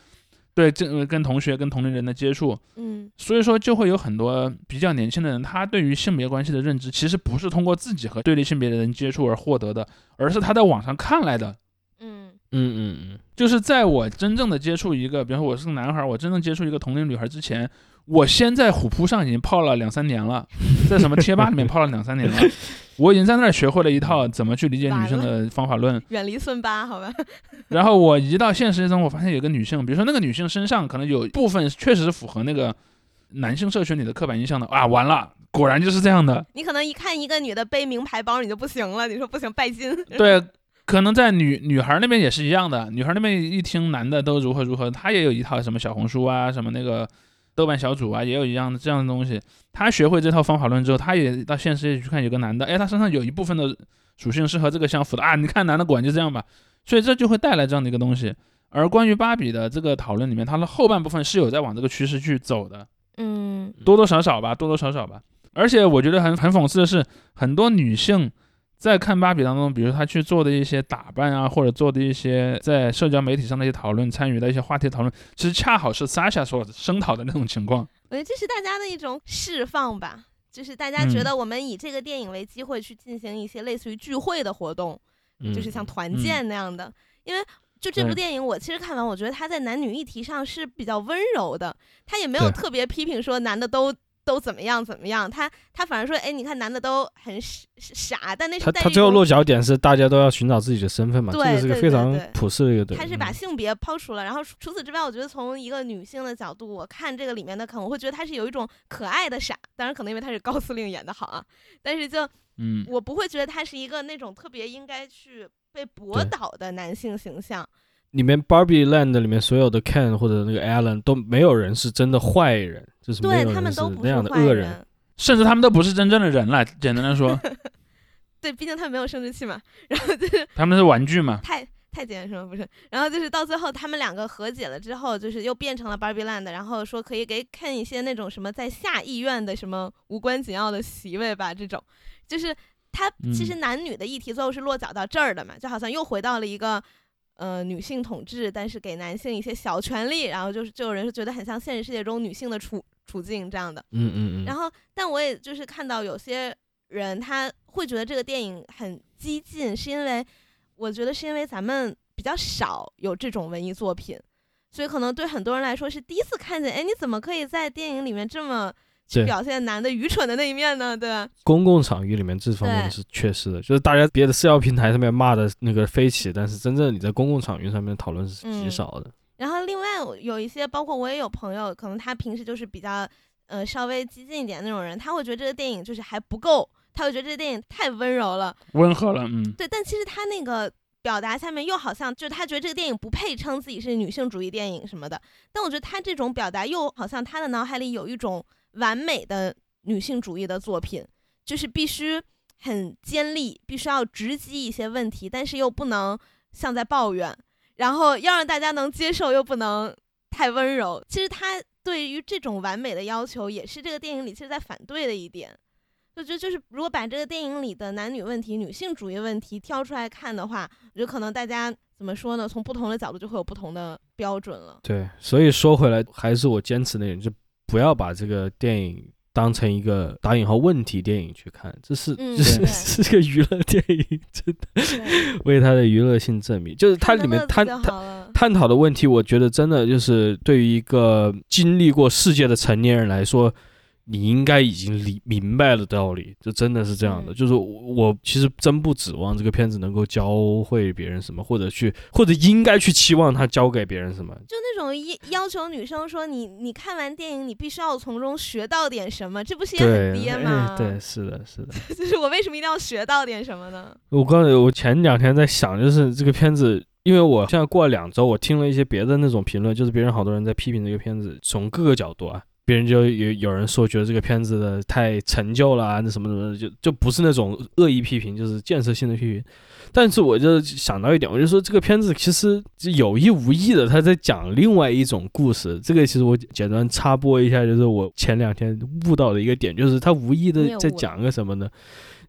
对，跟同学跟同龄人的接触，所以说就会有很多比较年轻的人，他对于性别关系的认知其实不是通过自己和对立性别的人接触而获得的，而是他在网上看来的。就是在我真正的接触一个，比方说我是个男孩，我真正接触一个同龄女孩之前，我先在虎扑上已经泡了2-3年了，在什么贴吧里面泡了2-3年了，我已经在那儿学会了一套怎么去理解女性的方法论， 远离孙八，好吧。 然后我一到现实中，我发现有个女性，比如说那个女性身上可能有部分确实是符合那个男性社群里的刻板印象的啊，完了，果然就是这样的。 你可能一看一个女的背名牌包，你就不行了，你说不行拜金。 对。可能在女孩那边也是一样的，女孩那边一听男的都如何如何，她也有一套什么小红书啊，什么那个豆瓣小组啊，也有一样的这样的东西。她学会这套方法论之后，她也到现实世界去看有个男的，他身上有一部分的属性是和这个相符的啊，你看男的果然就这样吧，所以这就会带来这样的一个东西。而关于芭比的这个讨论里面，它的后半部分是有在往这个趋势去走的，多多少少吧。而且我觉得很讽刺的是，很多女性在看芭比当中，比如她去做的一些打扮啊，或者做的一些在社交媒体上的一些讨论，参与的一些话题讨论，其实恰好是 Sasha 所声讨的那种情况。 我觉得这是大家的一种释放吧，就是大家觉得我们以这个电影为机会去进行一些类似于聚会的活动，就是像团建那样的。因为就这部电影，我其实看完，我觉得它在男女议题上是比较温柔的，他也没有特别批评说男的都怎么样，他反而说，哎，你看男的都很傻，但那是他最后落脚点是大家都要寻找自己的身份嘛， 对， 这个是个非常朴实的一个。 他是把性别抛除了，然后除此之外，我觉得从一个女性的角度，我看这个里面的我会觉得他是有一种可爱的傻，当然可能因为他是高司令演的好啊，但是就我不会觉得他是一个那种特别应该去被驳倒的男性形象。 里面 Barbie Land 里面所有的 Ken 或者那个 Alan 都没有人是真的坏人，就是没有人是那样的恶人， 甚至他们都不是真正的人了，简单来说。 对，毕竟他们没有生殖器嘛，然后就是他们是玩具嘛， 太简单了不是？然后就是到最后他们两个和解了之后，就是又变成了 Barbie Land， 然后说可以给 Ken 一些那种什么在下议院的什么无关紧要的席位吧，这种就是他其实男女的议题最后是落脚到这儿的嘛，就好像又回到了一个女性统治，但是给男性一些小权利，然后就有人是觉得很像现实世界中女性的处境这样的。然后，但我也就是看到有些人他会觉得这个电影很激进，是因为我觉得是因为咱们比较少有这种文艺作品，所以可能对很多人来说是第一次看见，哎，你怎么可以在电影里面这么去表现男的愚蠢的那一面呢？对吧？ 公共场域里面这方面是缺失的，就是大家别的社交平台上面骂的那个飞起，但是真正你在公共场域上面讨论是极少的。 然后另外有一些，包括我也有朋友，可能他平时就是比较稍微激进一点那种人，他会觉得这个电影就是还不够，他会觉得这个电影太温柔了， 温和了， 对，但其实他那个表达下面又好像就是他觉得这个电影不配称自己是女性主义电影什么的，但我觉得他这种表达又好像他的脑海里有一种完美的女性主义的作品，就是必须很尖利，必须要直击一些问题，但是又不能像在抱怨，然后要让大家能接受又不能太温柔。其实他对于这种完美的要求也是这个电影里其实在反对的一点。就觉得就是如果把这个电影里的男女问题、女性主义问题挑出来看的话，我觉得可能大家怎么说呢，从不同的角度就会有不同的标准了。 对，所以说回来还是我坚持那点，就不要把这个电影当成一个打引号问题电影去看，这是个娱乐电影，真的为它的娱乐性证明。就是它里面探讨的问题，我觉得真的就是对于一个经历过世界的成年人来说，你应该已经明白了道理，就真的是这样的。就是我其实真不指望这个片子能够教会别人什么，或者应该去期望他教给别人什么。 就那种要求女生说你看完电影你必须要从中学到点什么，这不是也很爹吗？ 对，是的。 就是我为什么一定要学到点什么呢？ 我前2天在想，就是这个片子。因为我现在过了2周，我听了一些别的那种评论，就是别人好多人在批评这个片子，从各个角度啊，别人就有人说觉得这个片子的太陈旧了啊，那什么什么，就不是那种恶意批评，就是建设性的批评。但是我就想到一点，我就说这个片子其实有意无意的他在讲另外一种故事。这个其实我简单插播一下，就是我前2天悟到的一个点，就是他无意的在讲个什么呢？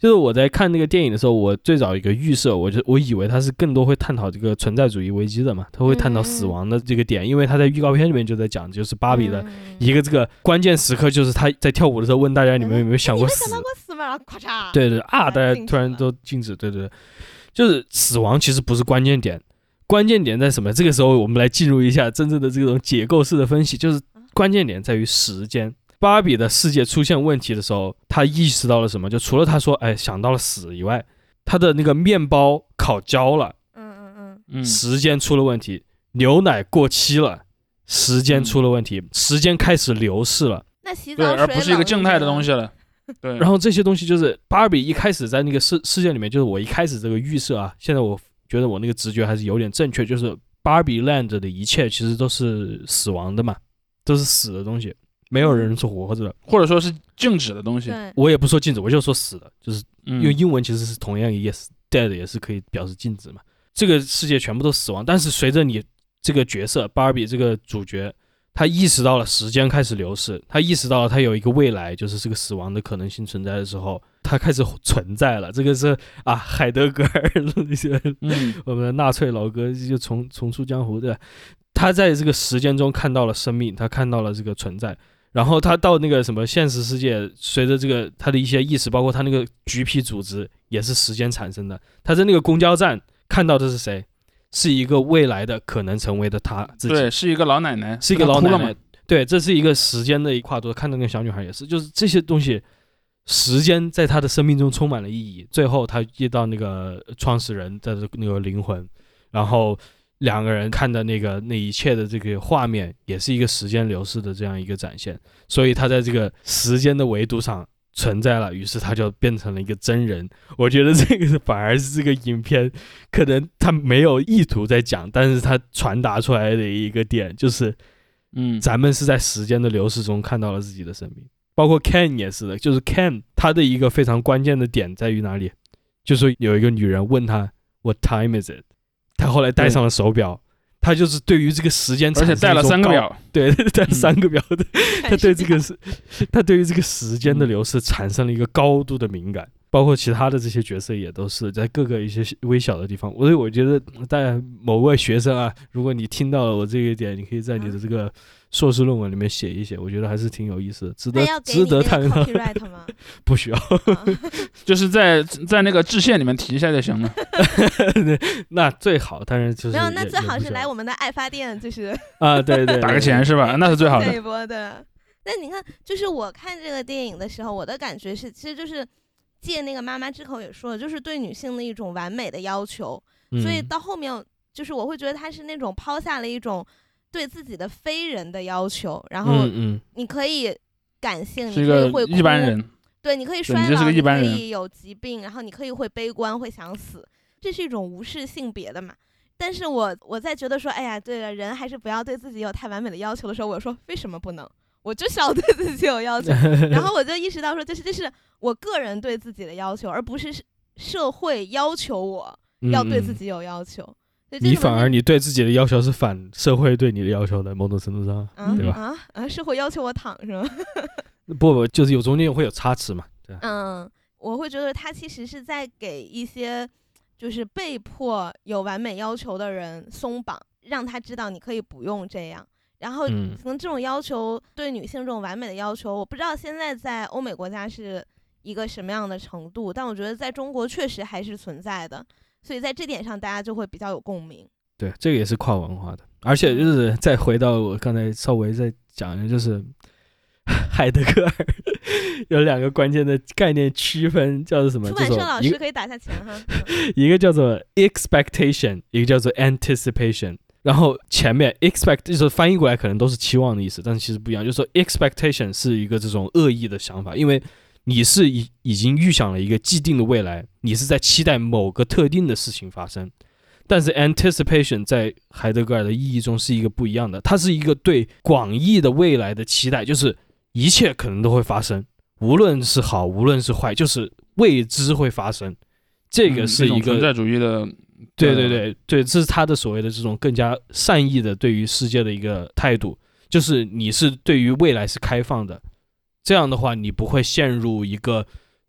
就是我在看那个电影的时候，我最早一个预设，我以为它是更多会探讨这个存在主义危机的嘛，它会探讨死亡的这个点，因为他在预告片里面就在讲，就是芭比的一个这个关键时刻，就是他在跳舞的时候问大家你们有没有想过死？ 你们想到过死吗？然后咔嚓， 对大家突然都静止，对，就是死亡其实不是关键点，关键点在什么？这个时候我们来进入一下真正的这种解构式的分析，就是关键点在于时间。芭比的世界出现问题的时候，他意识到了什么？就除了他说想到了死以外，他的那个面包烤焦了，时间出了问题，牛奶过期了，时间出了问题，时间开始流逝了， 那洗澡水而不是一个静态的东西了。对， 然后这些东西就是芭比一开始在那个世界里面，就是我一开始这个预设啊，现在我觉得我那个直觉还是有点正确，就是芭比 land 的一切其实都是死亡的嘛，都是死的东西。没有人是活着的， 或者说是静止的东西。 我也不说静止，我就说死的，就是因为英文其实是同样一个 dead 也是可以表示静止嘛。这个世界全部都死亡，但是随着你这个角色芭比这个主角，他意识到了时间开始流逝，他意识到了他有一个未来，就是这个死亡的可能性存在的时候，他开始存在了。这个是海德格尔我们的纳粹老哥就重出江湖，对吧？他在这个时间中看到了生命，他看到了这个存在。然后他到那个什么现实世界，随着这个他的一些意识，包括他那个橘皮组织也是时间产生的。他在那个公交站看到的是谁？是一个未来的可能成为的他自己。 对，是一个老奶奶， 是一个老奶奶。对，这是一个时间的跨度。看到那个小女孩也是，就是这些东西，时间在他的生命中充满了意义。最后他遇到那个创始人的那个灵魂，然后两个人看的那一切的这个画面，也是一个时间流逝的这样一个展现，所以他在这个时间的维度上存在了，于是他就变成了一个真人。我觉得这个反而是这个影片可能他没有意图在讲，但是他传达出来的一个点就是，咱们是在时间的流逝中看到了自己的生命。包括 Ken 也是的，就是 Ken 他的一个非常关键的点在于哪里？就是有一个女人问他 What time is it？他后来戴上了手表，他就是对于这个时间产生， 而且戴了3个表， 对，戴了3个表的，他对于这个时间的流逝产生了一个高度的敏感。包括其他的这些角色也都是在各个一些微小的地方。所以我觉得，在某位学生啊，如果你听到了我这个点，你可以在你的这个硕士论文里面写一写，我觉得还是挺有意思的，值得探讨。 吗？ 不需要， 就是在那个致谢里面提一下就行了。 那最好，当然就是没有，那最好是来我们的爱发电，就是对， 打个钱是吧？那是最好的。 这一波的。那你看，就是我看这个电影的时候，我的感觉是，其实就是借那个妈妈之口也说了，就是对女性的一种完美的要求。所以到后面，就是我会觉得他是那种抛下了一种对自己的非人的要求，然后你可以感性，你可以会哭， 一般人， 对，你可以衰老，你可以有疾病，然后你可以会悲观，会想死，这是一种无视性别的嘛。但是我在觉得说，哎呀，对了，人还是不要对自己有太完美的要求的时候，我说为什么不能？我就是要对自己有要求。然后我就意识到说，这是我个人对自己的要求，而不是社会要求我要对自己有要求。 你反而你对自己的要求是反社会对你的要求的，某种程度上，对吧？ 社会要求我躺是吗？ 不，就是中间会有差池嘛。对， 我会觉得他其实是在给一些就是被迫有完美要求的人松绑，让他知道你可以不用这样。然后可能这种要求对女性这种完美的要求，我不知道现在在欧美国家是一个什么样的程度，但我觉得在中国确实还是存在的，所以在这点上大家就会比较有共鸣。 对，这个也是跨文化的。而且就是再回到我刚才稍微再讲的，就是海德格尔有2个关键的概念区分，叫做什么？ 出版社老师可以打下钱哈。 一个叫做 expectation， 一个叫做 anticipation。然后前面 expect 就是翻译过来可能都是期望的意思，但是其实不一样，就是说 expectation 是一个这种恶意的想法，因为你是已经预想了一个既定的未来，你是在期待某个特定的事情发生。但是 anticipation 在海德格尔的意义中是一个不一样的，它是一个对广义的未来的期待，就是一切可能都会发生，无论是好无论是坏，就是未知会发生。这个是一个存在主义的。 对，这是他的所谓的这种更加善意的对于世界的一个态度，就是你是对于未来是开放的，这样的话你不会陷入一个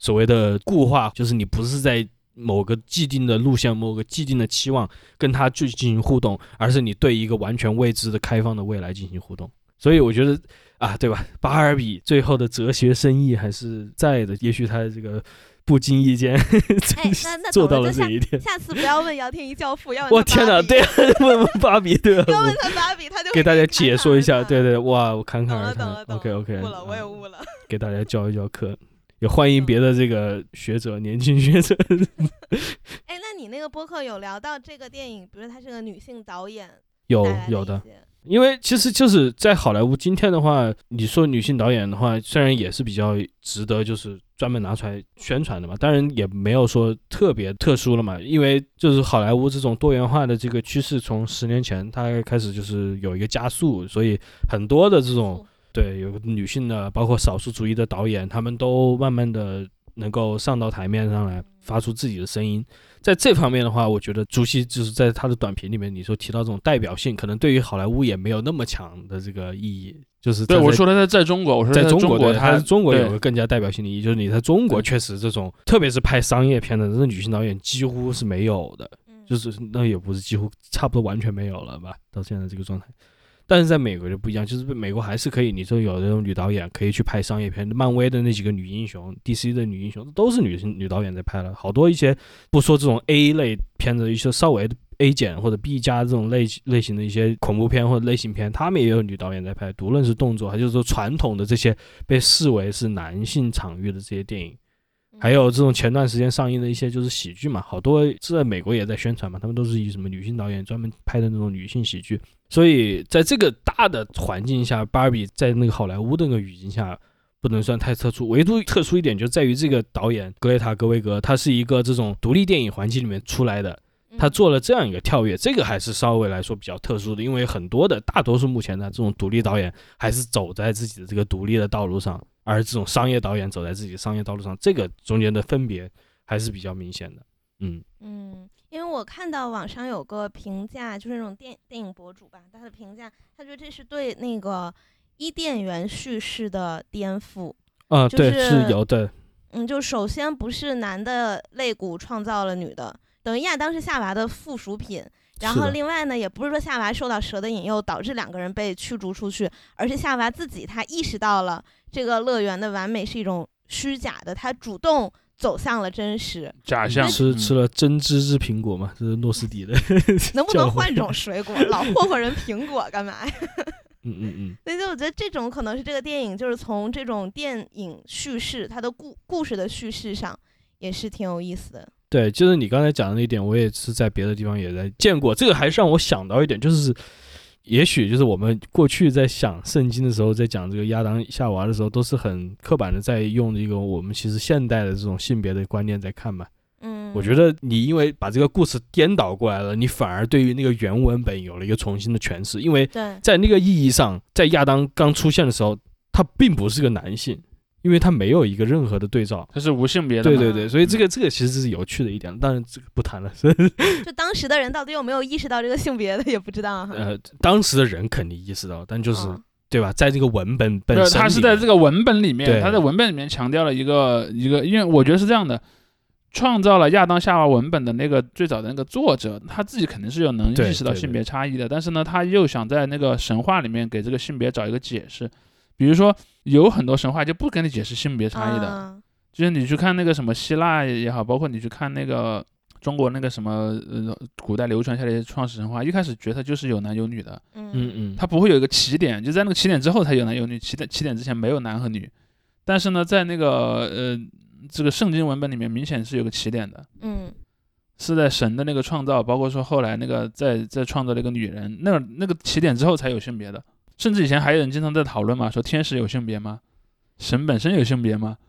所谓的固化，就是你不是在某个既定的路线、某个既定的期望跟他去进行互动，而是你对一个完全未知的开放的未来进行互动。所以我觉得啊，对吧？巴尔比最后的哲学深意还是在的，也许他这个不经意间那做到了这一点。 下次不要问姚天一教父，要问我天哪，对啊，问芭比，对啊， 要问他芭比，他就给大家解说一下，对，哇，我侃侃而谈。OK， 悟了，我也悟了， 给大家教一教课。也欢迎别的这个学者，年轻学者。 那你那个播客有聊到这个电影，比如说她是个女性导演， 有的。因为其实就是在好莱坞今天的话，你说女性导演的话，虽然也是比较值得就是专门拿出来宣传的嘛，当然也没有说特别特殊了嘛，因为就是好莱坞这种多元化的这个趋势从10年前它开始就是有一个加速，所以很多的这种对有女性的包括少数族裔的导演，他们都慢慢的能够上到台面上来发出自己的声音。在这方面的话，我觉得朱熹就是在他的短评里面你说提到这种代表性，可能对于好莱坞也没有那么强的这个意义。就是对我说的在中国，我说在中国它中国有个更加代表性的意义，就是你在中国确实这种特别是拍商业片的这女性导演几乎是没有的，就是那也不是几乎，差不多完全没有了吧，到现在这个状态。但是在美国就不一样，就是美国还是可以，你说有那种女导演可以去拍商业片，漫威的那几个女英雄 DC 的女英雄都是女导演在拍了，好多一些不说这种 A 类片子，一些稍微的 A 减或者 B 加这种类型的一些恐怖片或者类型片，他们也有女导演在拍，无论是动作还是说传统的这些被视为是男性场域的这些电影，还有这种前段时间上映的一些就是喜剧嘛，好多在美国也在宣传嘛，他们都是以什么女性导演专门拍的那种女性喜剧。所以在这个大的环境下，芭比在那个好莱坞的那个语境下不能算太特殊，唯独特殊一点就在于这个导演格雷塔·格维格，他是一个这种独立电影环境里面出来的，他做了这样一个跳跃，这个还是稍微来说比较特殊的，因为很多的大多数目前的这种独立导演还是走在自己的这个独立的道路上，而这种商业导演走在自己的商业道路上，这个中间的分别还是比较明显的。 因为我看到网上有个评价，就是那种电影博主吧，他的评价，他觉得这是对那个伊甸园叙事的颠覆。 对，是有的。 就首先不是男的肋骨创造了女的，等于亚当是夏娃的附属品。然后另外呢，也不是说夏娃受到蛇的引诱导致两个人被驱逐出去，而是夏娃自己她意识到了这个乐园的完美是一种虚假的，她主动走向了真实。 假象吃了真知之苹果嘛，这是诺斯底的能不能换种水果？老霍霍人苹果干嘛呀？所以就我觉得这种可能是这个电影就是从这种电影叙事它的故事的叙事上也是挺有意思的。 对，就是你刚才讲的那一点，我也是在别的地方也在见过。这个还是让我想到一点，就是也许就是我们过去在想圣经的时候，在讲这个亚当夏娃的时候，都是很刻板的在用这个我们其实现代的这种性别的观念在看嘛。我觉得你因为把这个故事颠倒过来了，你反而对于那个原文本有了一个重新的诠释，因为在那个意义上，在亚当刚出现的时候，他并不是个男性。因为他没有一个任何的对照， 他是无性别的嘛。 对，所以这个其实是有趣的一点，当然这个不谈了。 就当时的人到底有没有意识到这个性别的也不知道哈。 当时的人肯定意识到，但就是对吧，在这个文本本身， 他是在这个文本里面，他在文本里面强调了一个，因为我觉得是这样的，创造了亚当夏娃文本的那个最早的那个作者，他自己肯定是有能意识到性别差异的，但是呢，他又想在那个神话里面给这个性别找一个解释。比如说有很多神话就不跟你解释性别差异的，就是你去看那个什么希腊也好，包括你去看那个中国那个什么古代流传下来的创世神话，一开始觉得就是有男有女的，它不会有一个起点，就在那个起点之后才有男有女，起点之前没有男和女。但是呢，在那个这个圣经文本里面明显是有个起点的，是在神的那个创造，包括说后来那个再创造了一个女人，那个起点之后才有性别的。甚至以前还有人经常在讨论嘛，说天使有性别吗？神本身有性别吗？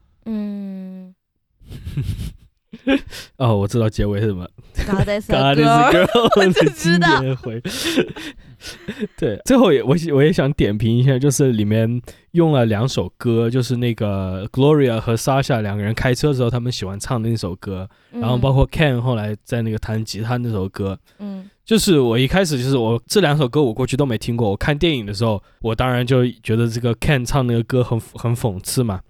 我知道结尾是什么。 God is a girl 的经典回。对，最后我也想点评一下，就是里面用了2首歌，就是那个 Gloria 和 Sasha 两个人开车的时候他们喜欢唱的那首歌，然后包括 Ken 后来在那个弹吉他那首歌。就是我一开始就是我这2首歌我过去都没听过，我看电影的时候我当然就觉得这个 Ken 唱那个歌很讽刺嘛，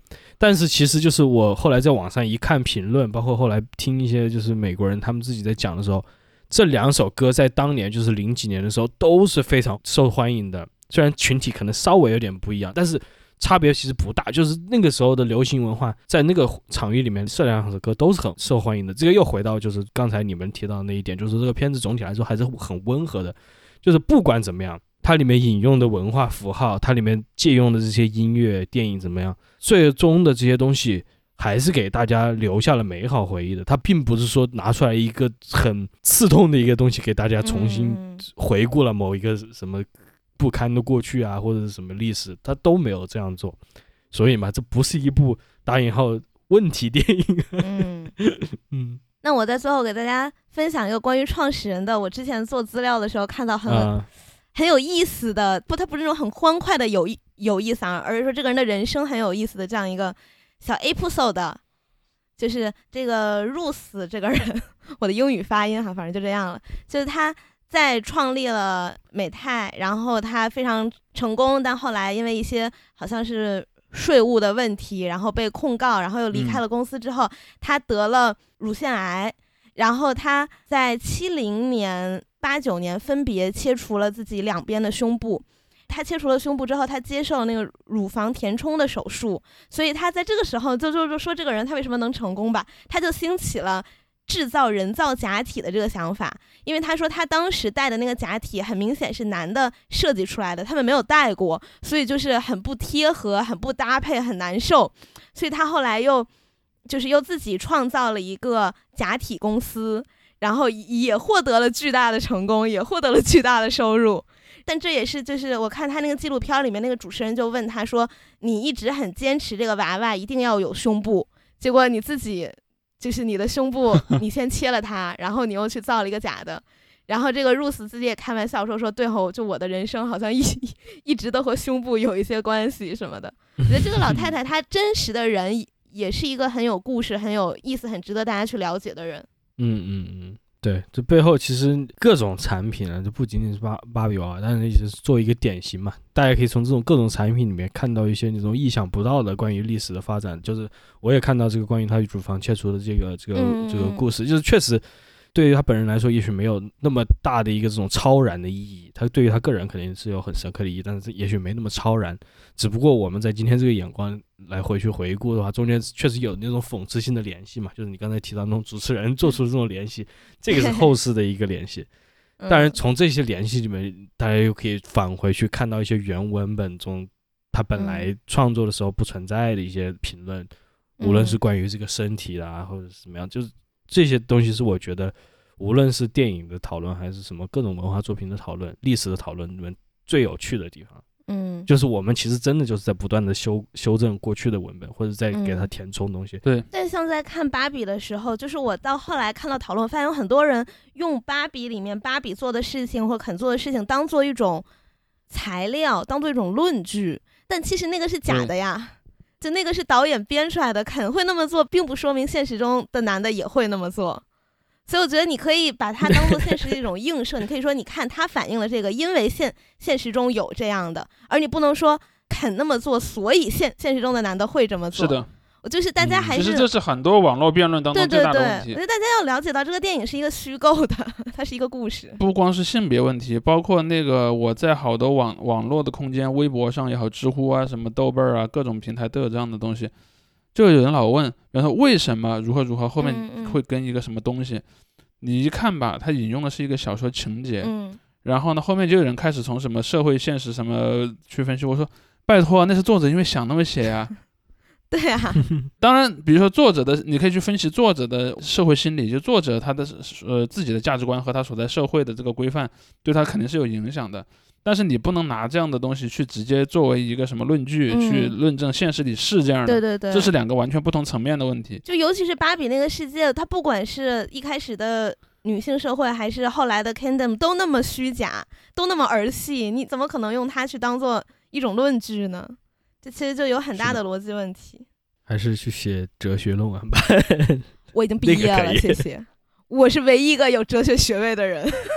但是其实就是我后来在网上一看评论，包括后来听一些就是美国人他们自己在讲的时候，这2首歌在当年就是00几年的时候都是非常受欢迎的，虽然群体可能稍微有点不一样，但是差别其实不大，就是那个时候的流行文化在那个场域里面，这2首歌都是很受欢迎的。这个又回到就是刚才你们提到的那一点，就是这个片子总体来说还是很温和的，就是不管怎么样，它里面引用的文化符号，它里面借用的这些音乐电影怎么样，最终的这些东西还是给大家留下了美好回忆的。它并不是说拿出来一个很刺痛的一个东西给大家重新回顾了某一个什么不堪的过去啊，或者是什么历史，它都没有这样做。所以嘛，这不是一部打引号问题电影。 那我在最后给大家分享一个关于创始人的，我之前做资料的时候看到很有意思的，它不是那种很欢快的有意思啊，而是说这个人的人生很有意思的这样一个小 episode， 就是这个 Ruth 这个人，我的英语发音反正就这样了，就是他在创立了美泰，然后他非常成功，但后来因为一些好像是税务的问题，然后被控告，然后又离开了公司之后，他得了乳腺癌，然后他在70年、89年分别切除了自己2边的胸部。他切除了胸部之后，他接受了那个乳房填充的手术，所以他在这个时候就说这个人他为什么能成功吧，他就兴起了制造人造假体的这个想法。因为他说他当时戴的那个假体很明显是男的设计出来的，他们没有戴过，所以就是很不贴合，很不搭配，很难受，所以他后来又自己创造了一个假体公司，然后也获得了巨大的成功，也获得了巨大的收入。但这也是就是我看他那个纪录片里面那个主持人就问他说，你一直很坚持这个娃娃一定要有胸部，结果你自己就是你的胸部你先切了它，然后你又去造了一个假的。然后这个 Ruth 自己也开玩笑说对后就我的人生好像一直都和胸部有一些关系什么的。我觉得这个老太太她真实的人也是一个很有故事、很有意思、很值得大家去了解的人。 对，这背后其实各种产品啊，就不仅仅是芭比娃娃，但是也是做一个典型嘛。大家可以从这种各种产品里面看到一些那种意想不到的关于历史的发展。就是我也看到这个关于他乳房切除的这个故事，就是确实对于他本人来说，也许没有那么大的一个这种超然的意义。他对于他个人肯定是有很深刻的意义，但是也许没那么超然。只不过我们在今天这个眼光来回顾的话，中间确实有那种讽刺性的联系嘛，就是你刚才提到那种主持人做出的这种联系，这个是后世的一个联系。当然，从这些联系里面，大家又可以返回去看到一些原文本中他本来创作的时候不存在的一些评论，无论是关于这个身体啦，或者是什么样，就是这些东西是我觉得无论是电影的讨论还是什么各种文化作品的讨论、历史的讨论里面最有趣的地方。就是我们其实真的就是在不断的修正过去的文本，或者在给它填充东西。 对。 但像在看芭比的时候，就是我到后来看到讨论，发现有很多人用芭比里面芭比做的事情或肯做的事情当做一种材料，当做一种论据，但其实那个是假的呀。就那个是导演编出来的，肯会那么做，并不说明现实中的男的也会那么做。所以我觉得你可以把它当做现实的一种映射，你可以说你看它反映了这个，因为现实中有这样的，而你不能说肯那么做，所以现实中的男的会这么做。 是的， 我就是大家还是， 其实这是很多网络辩论当中最大的问题。 我觉得大家要了解到这个电影是一个虚构的，它是一个故事。 不光是性别问题，包括那个我在好多网络的空间，微博上也好，知乎啊，什么豆瓣啊，各种平台都有这样的东西。就有人老问，然后为什么如何后面会跟一个什么东西，你一看吧，他引用的是一个小说情节，然后呢后面就有人开始从什么社会现实什么去分析。我说拜托，那是作者因为想那么写啊。 对啊， 当然比如说作者的，你可以去分析作者的社会心理，就作者他的自己的价值观和他所在社会的这个规范对他肯定是有影响的，但是你不能拿这样的东西去直接作为一个什么论据去论证现实里是这样的。 对， 这是两个完全不同层面的问题。 就尤其是芭比那个世界，它不管是一开始的女性社会还是后来的 Kingdom 都那么虚假，都那么儿戏，你怎么可能用它去当做一种论据呢？这其实就有很大的逻辑问题。 还是去写哲学论文吧。 我已经毕业了，谢谢。我是唯一一个有哲学学位的人。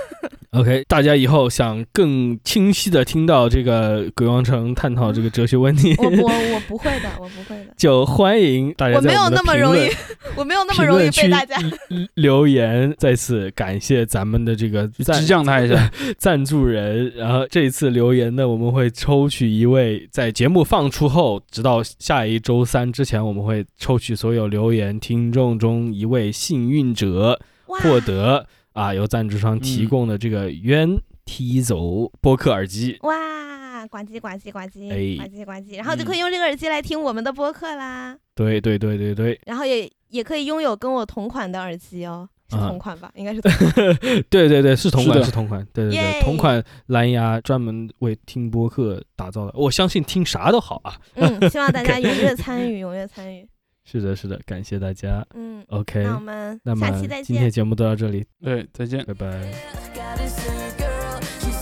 OK， 大家以后想更清晰的听到这个鬼王城探讨这个哲学问题， 我不会的，我不会的， 就欢迎大家在我们的评论， 我没有那么容易被大家留言。再次感谢咱们的这个激将他一下赞助人，然后这一次留言呢，我们会抽取一位，在节目放出后，直到下一周三之前，我们会抽取所有留言听众中一位幸运者，获得由赞助商提供的这个渊 Tizo 播客耳机。 哇，呱唧呱唧呱唧，呱唧呱唧，然后就可以用这个耳机来听我们的播客啦。 对， 然后也可以拥有跟我同款的耳机哦。是同款吧？应该是同款。 对，是同款，是同款。对，同款蓝牙专门为听播客打造的，我相信听啥都好啊。 希望大家踊跃参与，踊跃参与。 是的，感谢大家。OK， 那我们下期再见。 今天节目都到这里， 对，再见， 拜拜。